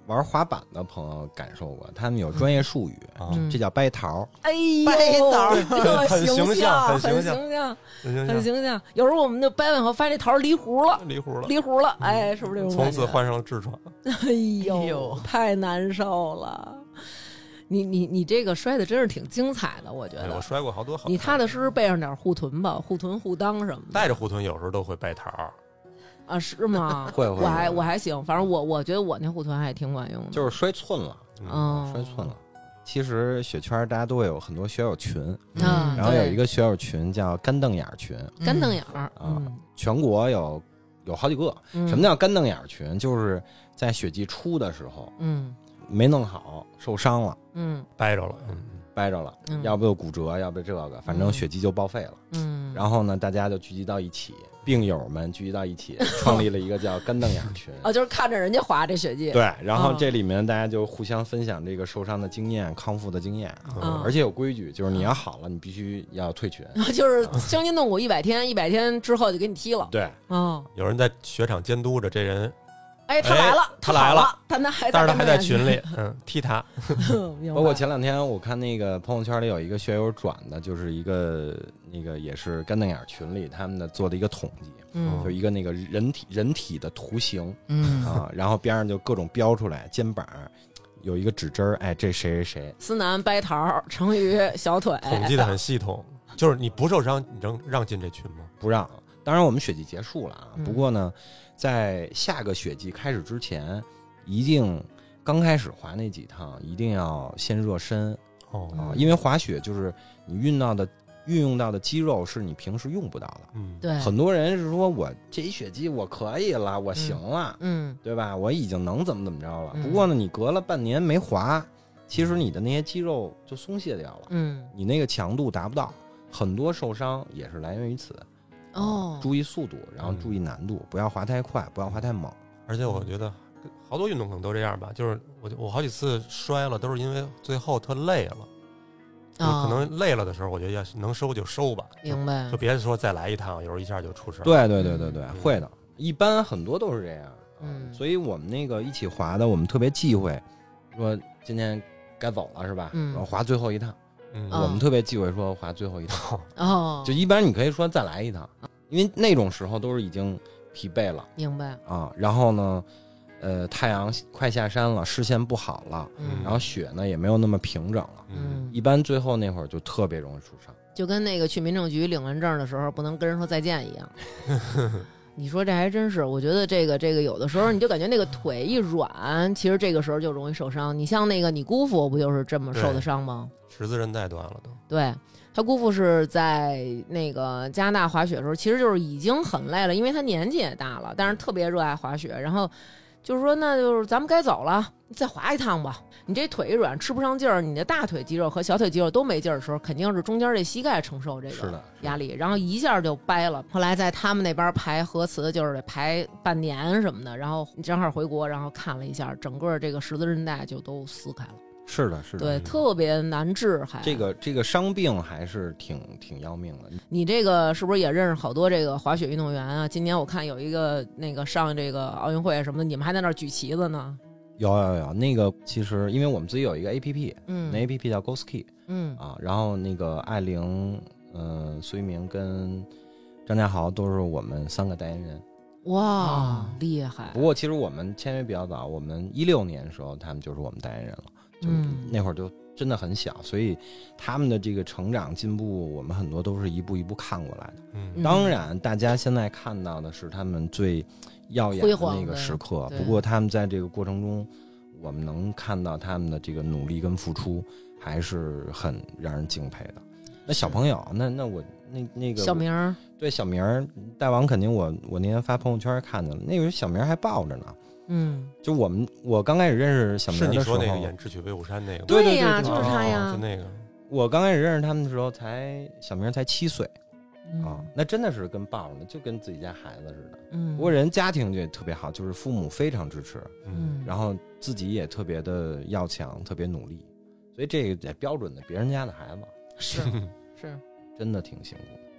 玩滑板的朋友感受过，他们有专业术语， 嗯这叫掰桃。 哎呦， 掰桃这个很形象很很形象形象， 很很形象。有时候我们就掰完以后发现这桃离核了， 离谱了， 离核了，哎，是不是这种感觉？ 从此患上了痔疮。 哎呦， 哎呦太难受了。你你你这个摔的真是挺精彩的，我觉得。 对我摔过好多好。 你踏踏实实备上点护臀吧，护臀护裆什么的。 带着护臀有时候都会掰桃儿。 啊，是吗？ 会会我还会我还行，反正我我觉得我那护臀还挺管用的。 就是摔寸了， 嗯， 摔寸了。其实雪圈大家都会有很多学友群， 嗯， 然后有一个个学友群叫干瞪眼群干瞪眼儿啊，全国有有好几个。 嗯、 什么叫干瞪眼群？就是在雪季初的时候， 嗯没弄好，受伤了， 嗯掰着了，嗯， 掰着了， 嗯要不就骨折，要不这个，反正雪季就报废了。 嗯， 然后呢，大家就聚集到一起，病友们聚集到一起，创立了一个叫干瞪眼群。 哦，就是看着人家滑这雪季。 对，然后这里面大家就互相分享这个受伤的经验、康复的经验， 嗯而且有规矩，就是你要好了，你必须要退群。 就是伤筋动骨一百天，一百天之后就给你踢了。 对， 哦， 有人在雪场监督着这人， 哎，他来了， 他来了好了，但他还在， 但是他还在群里，嗯，踢他。 明白。 包括前两天我看那个朋友圈里有一个学友转的，就是一个那个也是干瞪眼群里他们的做的一个统计， 嗯就一个那个人体人体的图形， 嗯啊，然后边上就各种标出来，肩膀有一个指针儿，哎，这谁谁谁， 思南掰桃，成瑜小腿， 统计的很系统，就是你不受伤，你能让进这群吗？ 不让。当然我们雪季结束了啊， 嗯不过呢，在下个雪季开始之前，一定刚开始滑那几趟一定要先热身哦， 啊，因为滑雪就是你运到的运用到的肌肉是你平时用不到的。 嗯， 对， 很多人是说我这一雪季我可以了，我行了， 嗯对吧？我已经能怎么怎么着了。 嗯不过呢，你隔了半年没滑，其实你的那些肌肉就松懈掉了， 嗯你那个强度达不到，很多受伤也是来源于此。 哦， 注意速度，然后注意难度，不要滑太快，不要滑太猛。 而且我觉得好多运动可能都这样吧，就是我我好几次摔了，都是因为最后特累了，就是可能累了的时候，我觉得要能收就收吧， 明白就别说再来一趟，有时候一下就出事。 对对对对对，会的，一般很多都是这样。 嗯所以我们那个一起滑的，我们特别忌讳，说今天该走了是吧？ 嗯然后滑最后一趟， 嗯， 哦我们特别忌讳说滑最后一趟， 哦， 就一般你可以说再来一趟，因为那种时候都是已经疲惫了明白， 啊。然后呢，呃，太阳快下山了，视线不好了， 嗯然后雪呢也没有那么平整了。 嗯， 一般最后那会儿就特别容易受伤。 就跟那个去民政局领完证的时候不能跟人说再见一样。你说这还真是，我觉得这个这个有的时候你就感觉那个腿一软，其实这个时候就容易受伤。你像那个你姑父不就是这么受的伤吗？ 十字韧带断了都。 对，他姑父是在那个加拿大滑雪的时候，其实就是已经很累了，因为他年纪也大了，但是特别热爱滑雪。然后就是说，那就是咱们该走了，再滑一趟吧。你这腿一软，吃不上劲儿，你的大腿肌肉和小腿肌肉都没劲儿的时候，肯定是中间这膝盖承受这个是的压力，然后一下就掰了。后来在他们那边排核磁，就是得排半年什么的，然后正好回国，然后看了一下，整个这个十字韧带就都撕开了。 是的，是的。 对，特别难治，还这个这个伤病还是挺挺要命的。 你这个是不是也认识好多这个滑雪运动员啊？今年我看有一个那个上这个奥运会什么的，你们还在那儿举旗子呢。 有有有，那个其实因为我们自己有一个 A P P， 嗯， 那 A P P 叫 GoSki 嗯啊，然后那个艾玲、呃孙一鸣跟张家豪都是我们三个代言人。 哇， 啊厉害！ 不过其实我们签约比较早，我们一六年的时候他们就是我们代言人了，就嗯那会儿就真的很小，所以他们的这个成长进步，我们很多都是一步一步看过来的。 嗯当然，大家现在看到的是他们最耀眼的那个时刻， 对不过他们在这个过程中，我们能看到他们的这个努力跟付出，还是很让人敬佩的。那小朋友，那那我那那个小明儿， 对小明儿，大王肯定我我那天发朋友圈看见了，那个时候小明儿还抱着呢。 嗯， 就我们我刚开始认识小明是你儿的时候， 说那个演《智取威虎山》那个吗？ 对对呀， 对就是他哦呀就。那个。 我刚开始认识他们的时候才小明儿才七岁嗯啊，那真的是跟抱着呢，就跟自己家孩子似的。 嗯， 不过人家庭也特别好，就是父母非常支持， 嗯， 然后自己也特别的要强，特别努力，所以这个也标准的别人家的孩子， 是是， 真的挺辛苦的。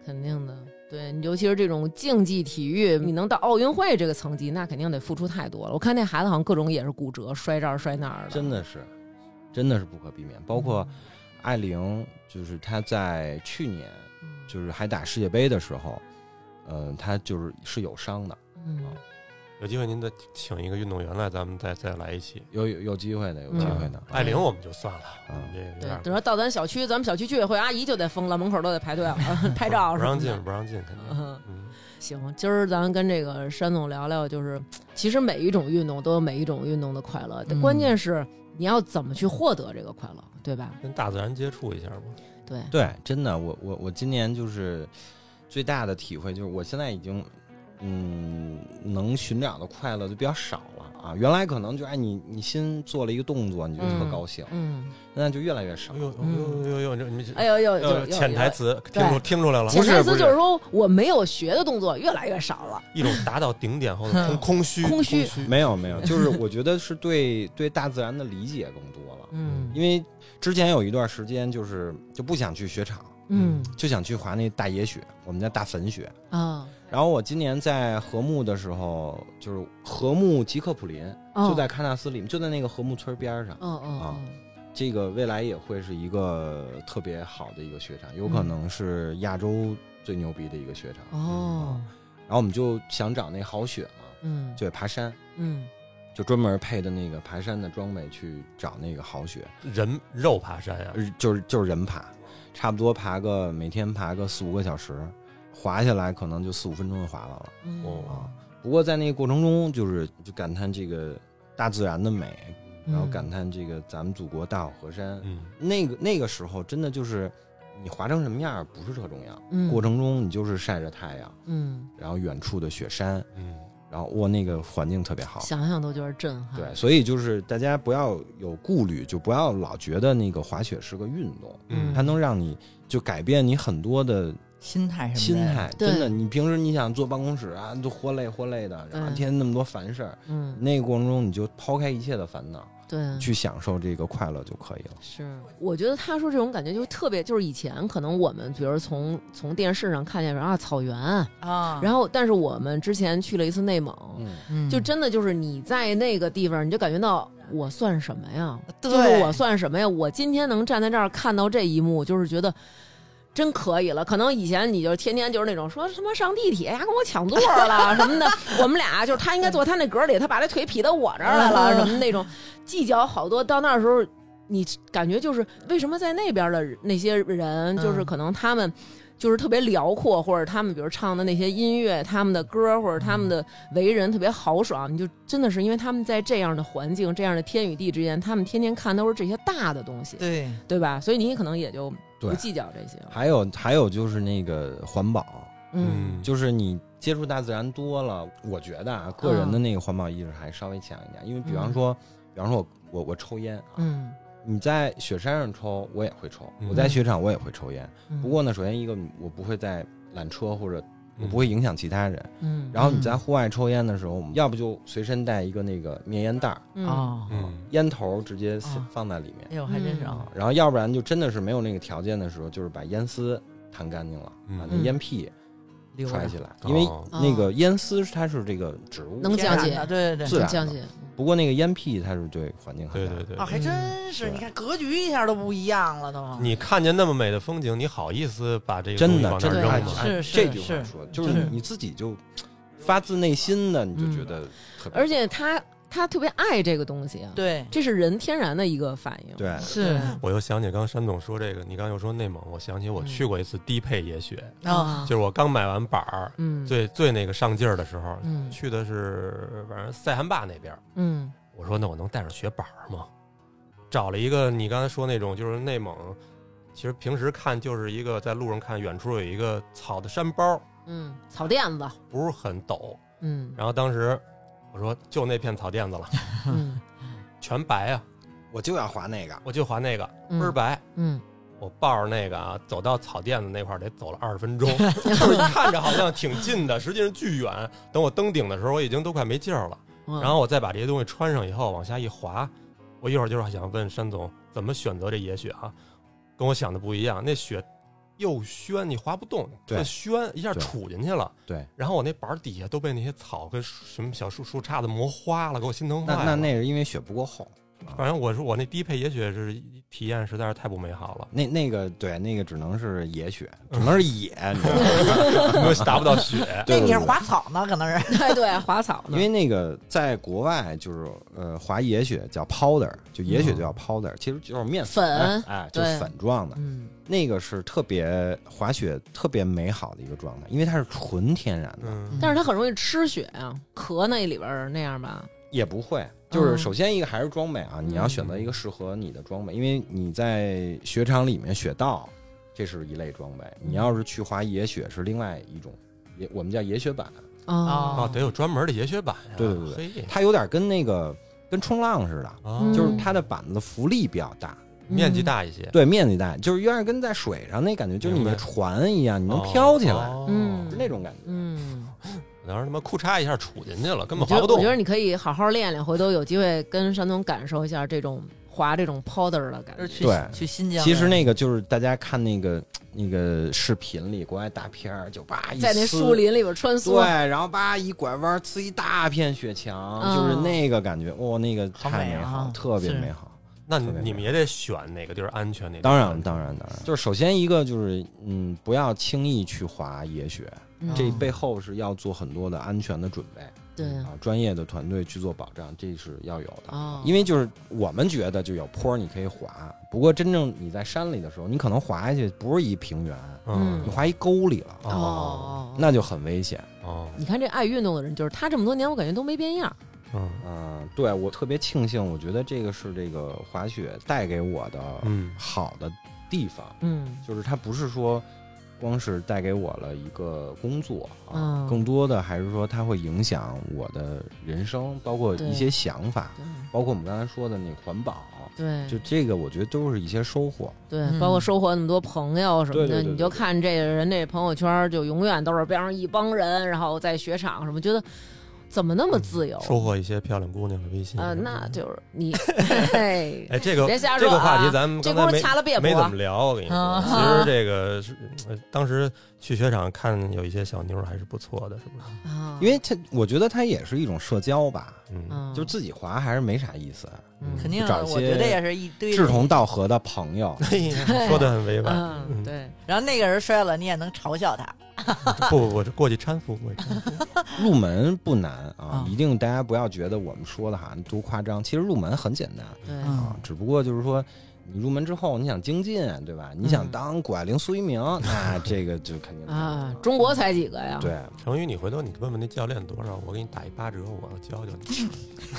肯定的。对，尤其是这种竞技体育，你能到奥运会这个层级，那肯定得付出太多了。我看那孩子好像各种也是骨折，摔这儿摔那儿的， 真的是，真的是不可避免。包括艾玲，就是她在去年，就是还打世界杯的时候，嗯、呃，她就是是有伤的。 嗯， 有机会您再请一个运动员来，咱们再再来一期。 有有有机会的，有机会的。 嗯、艾玲我们就算了， 嗯， 这个对，等说到咱小区，咱们小区居委会阿姨就得疯了，门口都得排队了，拍照不让进，不让进，肯定。 嗯，行，今儿咱跟这个山总聊聊，就是其实每一种运动都有每一种运动的快乐，嗯、关键是你要怎么去获得这个快乐，对吧？ 跟大自然接触一下吧。 对对，真的，我我我今年就是最大的体会就是，我现在已经。嗯，能寻找的快乐就比较少了啊！原来可能就哎，你你新做了一个动作，你就特高兴， 嗯， 现在就越来越少。 哎呦呦呦呦，你们哎呦呦呦， 潜台词听出听出来了， 潜台词就是说我没有学的动作越来越少了， 一种达到顶点后的空空虚， 空虚。 没有没有，就是我觉得是对对大自然的理解更多了。 嗯， 因为之前有一段时间就是就不想去雪场， 嗯， 就想去滑那大野雪，我们叫大粉雪啊。 然后我今年在禾木的时候，就是禾木吉克普林， 哦、 就在喀纳斯里面，就在那个禾木村边上。 嗯嗯啊，这个未来也会是一个特别好的一个雪场，有可能是亚洲最牛逼的一个雪场。 哦、 嗯，然后我们就想找那好雪嘛， 嗯， 就得爬山， 嗯， 就专门配的那个爬山的装备去找那个好雪。 人肉爬山呀、 啊，就是就是人爬，差不多爬个每天爬个四五个小时。滑下来可能就四五分钟就滑完了。 嗯、 哦，不过在那个过程中，就是就感叹这个大自然的美， 嗯、 然后感叹这个咱们祖国大好河山。 嗯， 那个那个时候真的就是你滑成什么样不是特重要， 嗯， 过程中你就是晒着太阳， 嗯， 然后远处的雪山， 嗯， 然后哇那个环境特别好， 想想都觉得震撼。 对，所以就是大家不要有顾虑，就不要老觉得那个滑雪是个运动， 嗯， 它能让你就改变你很多的。 心态什么的， 心态真的，你平时你想坐办公室啊，都活累活累的，然后天天那么多烦事儿， 嗯， 那个过程中你就抛开一切的烦恼， 对， 去享受这个快乐就可以了。 是，我觉得他说这种感觉就特别，就是以前可能我们比如从从电视上看见啊草原啊， 然后但是我们之前去了一次内蒙， 嗯， 就真的就是你在那个地方，你就感觉到我算什么呀？ 对， 就是我算什么呀？我今天能站在这儿看到这一幕，就是觉得。真可以了，可能以前你就天天就是那种说什么上地铁呀跟我抢座了什么的，我们俩就是他应该坐他那格里，他把那腿劈到我这儿来了什么那种，计较好多。到那时候你感觉就是为什么在那边的那些人，就是可能他们就是特别辽阔，或者他们比如唱的那些音乐，他们的歌或者他们的为人特别豪爽，你就真的是因为他们在这样的环境、这样的天与地之间，他们天天看都是这些大的东西， 对对吧？所以你可能也就。不计较这些， 还有还有就是那个环保， 嗯， 就是你接触大自然多了，我觉得啊，个人的那个环保意识还稍微强一点，嗯、因为比方说，嗯、比方说我我我抽烟啊， 嗯， 你在雪山上抽，我也会抽；嗯、我在雪场我也会抽烟。 嗯、 不过呢，首先一个我不会在缆车或者我不会影响其他人， 嗯， 然后你在户外抽烟的时候，我们要不就随身带一个那个灭烟袋儿啊， 嗯，烟头直接放在里面， 哎呦，还真是啊。然后要不然就真的是没有那个条件的时候，就是把烟丝弹干净了， 嗯、 把那烟屁揣起来， 嗯、 因为那个烟丝它是这个植物能降解， 对对对， 自然降解。 不过那个烟屁它是对环境很大，对对对啊，还真是，你看格局一下都不一样了都。 你看见那么美的风景，你好意思把这个真的真的往那扔吗？ 是这句话说，就是你自己就发自内心的，你就觉得特别。 而且他他特别爱这个东西啊， 对， 这是人天然的一个反应。 对， 是。 我又想起刚刚山总说这个，你刚又说内蒙，我想起我去过一次低配野雪啊， 就是我刚买完板儿， 嗯， 最最那个上劲儿的时候， 嗯， 去的是反正塞罕坝那边， 嗯。 我说那我能带着雪板吗？找了一个你刚才说那种就是内蒙，其实平时看就是一个在路上看远处有一个草的山包， 嗯，草垫子不是很陡， 嗯， 然后当时我说就那片草垫子了， 嗯， 全白啊， 我就要滑那个， 我就滑那个倍儿白， 嗯。 我抱着那个啊，走到草垫子那块儿得走了二十分钟，就是看着好像挺近的，实际上巨远。等我登顶的时候，我已经都快没劲儿了。然后我再把这些东西穿上以后，往下一滑，我一会儿就是想问山总怎么选择这野雪啊，跟我想的不一样。那雪又宣，你滑不动， 对特宣，一下对杵进去了。 对， 然后我那板底下都被那些草跟什么小树树杈子磨花了，给我心疼坏了。 那那那是因为雪不够厚。 反正我是我那低配野雪是体验实在是太不美好了， 那那个对，那个只能是野雪，只能是野，你知道吗？ 达不到雪。 那你是对对对滑草呢，可能是。 对对，滑草呢。 因为那个在国外就是呃滑野雪叫 powder， 就野雪就叫 powder，、嗯、其实就是面粉， 哎，就是粉状的。 嗯， 那个是特别滑雪特别美好的一个状态，因为它是纯天然的。 嗯， 但是它很容易吃雪啊，壳那里边那样吧。 也不会，就是首先一个还是装备啊，嗯、你要选择一个适合你的装备，因为你在雪场里面雪道，这是一类装备。你要是去滑野雪是另外一种，也我们叫野雪板。 哦， 哦，得有专门的野雪板呀。 对对对对， 它有点跟那个跟冲浪似的， 哦、 就是它的板子浮力比较大。 面积大一些， 对，面积大，就是有点跟在水上那感觉，就是你的船一样，你能飘起来， 嗯， 是那种感觉。 嗯， 然后他妈裤衩一下杵进去了，根本滑不动。 我觉得你可以好好练练，回头有机会跟山东感受一下这种滑这种 powder 的感觉。 去对， 去新疆。 其实那个就是大家看那个那个视频里，国外大片儿就叭一在那树林里边穿梭， 对，然后叭一拐弯，呲一大片雪墙， 嗯、 就是那个感觉，哇、哦，那个太美好， 啊、 特别美好。 那你们也得选哪个地儿安全，哪当然，当然，当然，就是首先一个就是，嗯，不要轻易去滑野雪， 嗯、 这背后是要做很多的安全的准备， 对啊，专业的团队去做保障，这是要有的。 哦、 因为就是我们觉得就有坡你可以滑，不过真正你在山里的时候，你可能滑下去不是一平原， 嗯， 你滑一沟里了， 哦， 那就很危险。 哦， 你看这爱运动的人，就是他这么多年，我感觉都没变样。 嗯嗯，对，我特别庆幸，我觉得这个是这个滑雪带给我的好的地方， 嗯， 就是它不是说光是带给我了一个工作啊， 嗯、 更多的还是说它会影响我的人生，包括一些想法，包括我们刚才说的那个环保， 对， 就这个我觉得都是一些收获， 对，嗯、包括收获那么多朋友什么的， 对对对对对， 你就看这个人这朋友圈，就永远都是边上一帮人，然后在雪场什么，觉得。怎么那么自由？ 收获一些漂亮姑娘的微信啊、呃，那就是你。 哎，这个别瞎说、 啊、这个话题咱们这轱辘掐了别没怎么聊。我跟你说， 啊、 其实这个是、呃、当时去雪场看有一些小妞还是不错的，是不是？ 啊， 因为它我觉得它也是一种社交吧， 嗯， 就自己滑还是没啥意思， 嗯， 肯定找一些我觉得也是一堆志同道合的朋友。 说的很委婉， 嗯，对。 然后那个人摔了，你也能嘲笑他。 不不不，这过去搀扶，过去搀扶。 入门不难啊， 嗯、 一定大家不要觉得我们说的好像多夸张，其实入门很简单， 对啊，只不过就是说你入门之后你想精进，对吧？你想当谷爱凌、苏一鸣，那这个就肯定啊，中国才几个呀？ 对， 成宇，你回头你问问那教练多少，我给你打一八折，我教教你。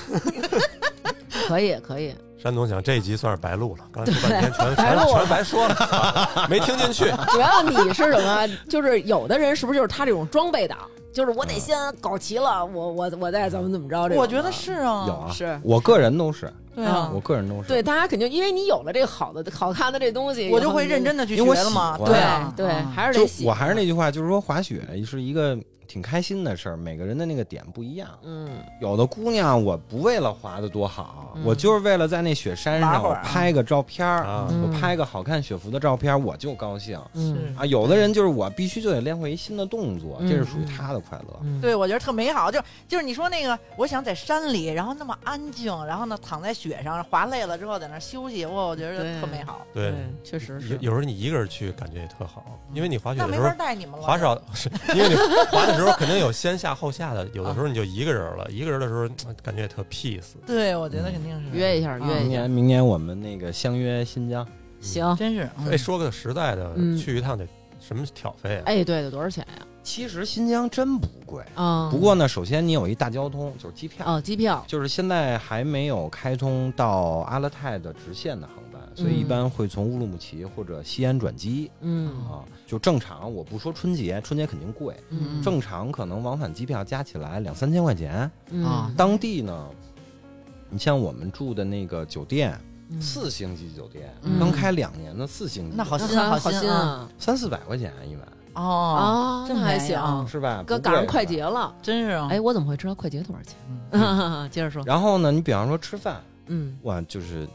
可以可以。 山东想这一集算是白录了，刚才说半天全全全白说了，没听进去。 主要你是什么？就是有的人是不是就是他这种装备党？就是我得先搞齐了，我我我再怎么怎么着。 我觉得是啊， 有啊， 是我个人都是， 对啊， 我个人都是。 对，大家肯定因为你有了这个好的、好看的这东西， 我就会认真的去学了嘛。 对对，还是得喜。 我还是那句话，就是说滑雪是一个挺开心的事儿，每个人的那个点不一样。 嗯， 有的姑娘我不为了滑的多好， 嗯、 我就是为了在那雪山上我拍个照片儿， 啊、 我拍个好看雪服的照片，我就高兴。 嗯啊，有的人就是我必须就得练会一新的动作， 嗯、 这是属于他的快乐。 嗯、 对，我觉得特美好。就就是你说那个，我想在山里，然后那么安静，然后呢躺在雪上，滑累了之后在那休息，哇，我觉得特美好。 对， 对确实是。 有有时候你一个人去感觉也特好，因为你滑雪的时候， 那没法带你们了。 滑少是因为你滑的时候肯定有先下后下的，有的时候你就一个人了，一个人的时候感觉也特 peace。 对，我觉得肯定是约一下，约一下。 明年明年我们那个相约新疆。 行， 真是。 哎，说个实在的， 嗯、 去一趟得什么挑费啊？ 哎，对的，多少钱呀？ 其实新疆真不贵啊、 嗯，不过呢，首先你有一大交通，就是机票哦，机票就是现在还没有开通到阿勒泰的直线的航班，嗯、所以一般会从乌鲁木齐或者西安转机。 嗯啊，就正常，我不说春节，春节肯定贵， 嗯， 正常可能往返机票加起来两三千块钱。 嗯、 啊，当地呢，你像我们住的那个酒店。 嗯、 四星级酒店， 嗯、 刚开两年的四星级， 那好新好新啊， 三四百块钱一晚。 哦， 这还行， 是吧？ 赶赶上快捷了， 真是。 哎，我怎么会知道快捷多少钱？ 嗯、 接着说。 然后呢，你比方说吃饭， 嗯， 哇，就是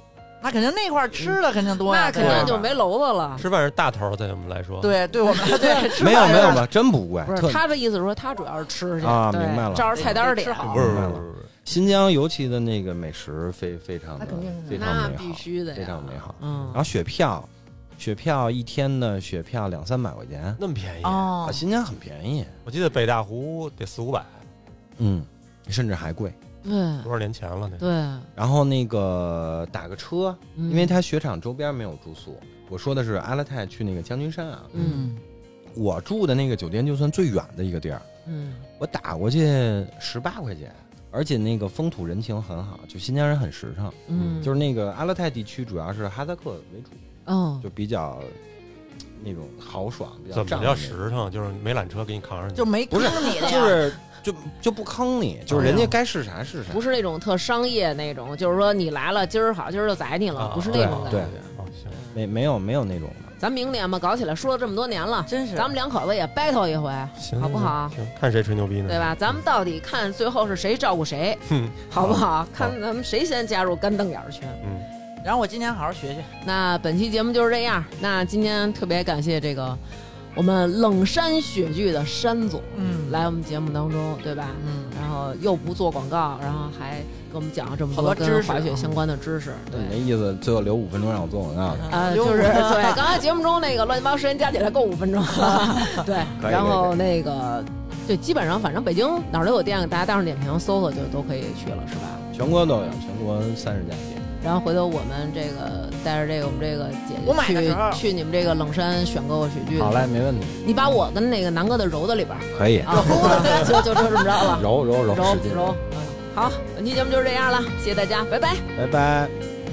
那肯定那块儿吃的肯定多呀， 那肯定就没娄子了。 吃饭是大头，对我们来说。 对，对我们来对吃饭没有没有吧，真不贵。 不是他的意思是说，他主要是吃去啊， 对明白了， 照着菜单点。 不是不是明白了。新疆尤其的那个美食非非常的非常那美好， 必须的， 非常美好。 嗯， 然后雪票，雪票一天的雪票两三百块钱， 那么便宜哦啊，新疆很便宜。 我记得北大湖得四五百， 嗯，甚至还贵。 对， 多少年前了那。 对， 然后那个打个车， 嗯因为它雪场周边没有住宿。我说的是阿勒泰去那个将军山啊， 嗯我住的那个酒店就算最远的一个地儿， 嗯， 我打过去十八块钱，而且那个风土人情很好，就新疆人很实诚。 嗯， 就是那个阿勒泰地区主要是哈萨克为主， 哦， 就比较那种豪爽，比较怎么叫仗义实诚？就是没缆车给你扛上去， 就没坑不是你的呀， 就是就就不坑你，就是人家该是啥是啥， 不是那种特商业那种，就是说你来了，今儿好，今儿就宰你了， 啊不是那种感对觉。 哦，行， 没没有没有那种的。 咱明年吧，搞起来，说了这么多年了， 真是咱们两口子也 battle 一回， 行， 好不好行，看谁吹牛逼呢？ 对吧？咱们到底看最后是谁照顾谁， 哼， 好不好？看咱们谁先加入干瞪眼儿圈。 嗯， 然后我今年好好学学。 那本期节目就是这样。那今天特别感谢这个我们冷山雪具的山总， 嗯来我们节目当中，对吧？ 嗯， 然后又不做广告，然后还给我们讲了这么多好多知识跟滑雪相关的知识。对你，那意思最后留五分钟让我做广告的？ 呃， 留就是五分钟对，刚才节目中那个乱七八糟时间加起来够五分钟，对， 可以然后那个对，基本上反正北京哪儿都有店，大家大众点评搜搜就都可以去了，是吧？ 全国都有，全国三十家店。 然后回头我们这个带着这个我们这个姐我买的姐时候去去你们这个冷山选购雪具。 好嘞，没问题， 你把我跟那个南哥的揉到里边儿可以。 啊，就就就这么着了， 揉揉揉， 揉使劲揉。嗯，好，本期节目就是这样了，谢谢大家，拜拜。 拜拜。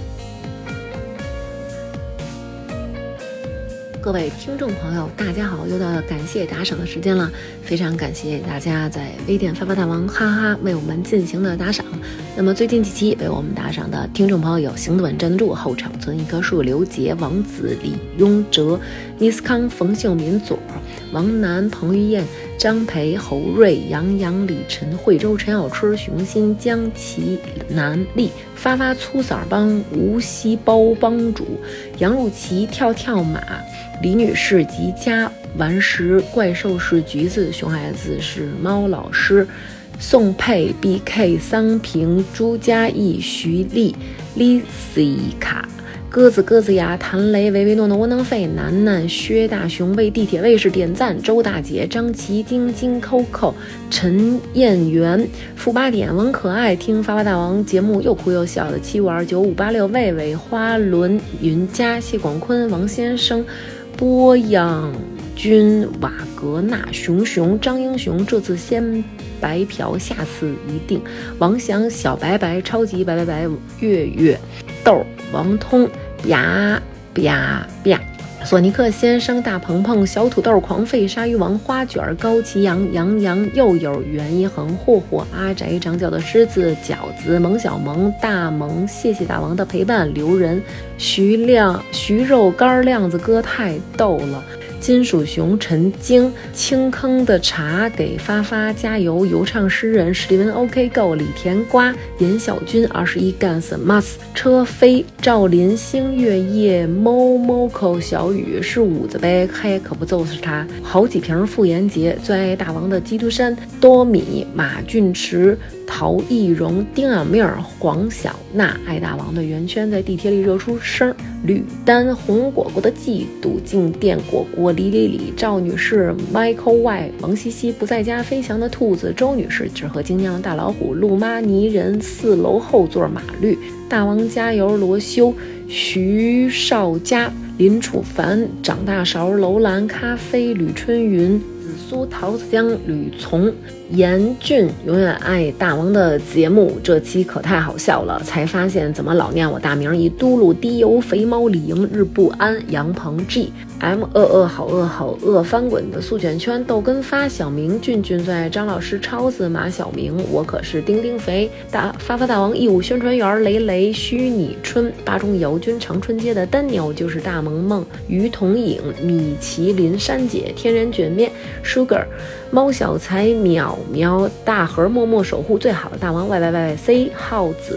各位听众朋友，大家好！又到了感谢打赏的时间了，非常感谢大家在微店发发大王哈哈为我们进行的打赏。那么最近几期为我们打赏的听众朋友有行得稳站得住、后场村一棵树、刘杰、王子、李雍哲、尼斯康、冯秀民、左、王楠、彭于晏、张培、侯瑞、杨洋、李晨、惠州、陈小春、熊心、江奇、南丽、发发粗嗓帮、无锡包帮主、杨入奇、跳跳马、李女士及家顽石、怪兽是橘子、熊孩子是猫老师、宋佩、B K、桑平、朱嘉义、徐丽、丽西卡、鸽子鸽子牙、谭雷、唯唯诺诺、窝囊废、楠楠、薛大熊为地铁卫士点赞、周大姐、张琪、晶晶、Coco、陈燕元、负八点、王可爱、听发发大王节目又哭又笑的七五二九五八六、魏魏、花轮、云佳、谢广坤、王先生、波样君、瓦格纳、熊熊、张英雄，这次先白嫖，下次一定。王翔、小白白、超级白白白、月月、豆、王通、呀呀呀。索尼克先生、大鹏鹏、小土豆、狂吠、鲨鱼王、花卷、高奇阳、杨洋、又有袁一恒、霍霍、阿宅、长脚的狮子、饺子、萌小萌、大萌，谢谢大王的陪伴。刘仁、徐亮、徐肉干、亮子哥太逗了。金属熊、陈晶、青坑的茶给发发加油，游唱诗人史蒂文 OK Go、李甜瓜、严小军、二十一 Gans Mas、车飞、赵林、星月夜、猫猫口、小雨是五子呗，嘿，可不就是他。好几瓶傅炎杰、最爱大王的基督山、多米、马俊驰、陶艺荣、丁小妹儿、黄小娜、爱大王的圆圈在地铁里热出声，吕丹、红果果的嫉妒、静电果果、李李李、赵女士、Michael Y、王西西不在家、飞翔的兔子、周女士、只喝精酿的大老虎、陆妈、泥人、四楼后座马绿、大王加油、罗修、徐少佳、林楚凡、长大勺、楼兰、咖啡、吕春云、紫苏、桃子江、吕从、严俊永远爱大王的节目，这期可太好笑了，才发现怎么老念我大名一嘟噜低油肥猫李莹日不安杨鹏 G M 饿饿好饿好饿翻滚的素卷圈豆根发小明俊俊最爱张老师超子马小明我可是丁丁肥大发发大王义务宣传员雷雷虚拟春八中姚军长春街的丹鸟就是大萌萌于彤颖米其林珊姐天然卷面 Sugar 猫小才淼淼大盒默默守护最好的大王 Y Y Y C 耗子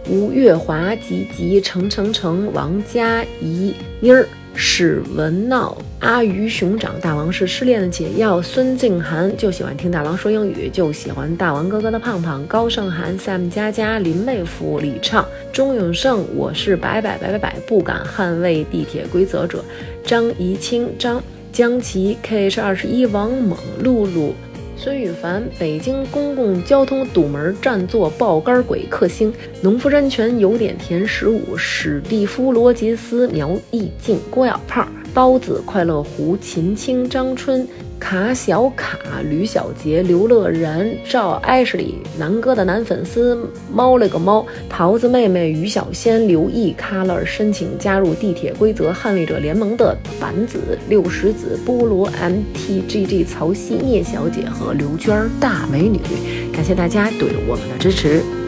吴月华、吉吉、程程程、王佳怡、妮儿、史文闹、阿鱼熊掌、大王是失恋的解药、孙静涵就喜欢听大王说英语，就喜欢大王哥哥的胖胖、高胜涵、Sam 佳佳、林妹夫、李畅、钟永胜，我是百百百百百不敢捍卫地铁规则者，张怡清、张江琪、K H 二十一、王猛、露露、孙雨凡，北京公共交通堵门占座爆肝鬼克星，农夫山泉有点甜十五，史蒂夫罗杰斯、苗艺静、郭小胖、包子、快乐湖、秦青、张春、卡小卡、吕小杰、刘乐然、赵艾什里、南哥的男粉丝、猫了个猫、桃子妹妹、于小仙、刘毅、卡勒申请加入地铁规则捍卫者联盟的板子、六石子、菠萝 M T G G、曹曦、聂小姐和刘娟大美女，感谢大家对我们的支持。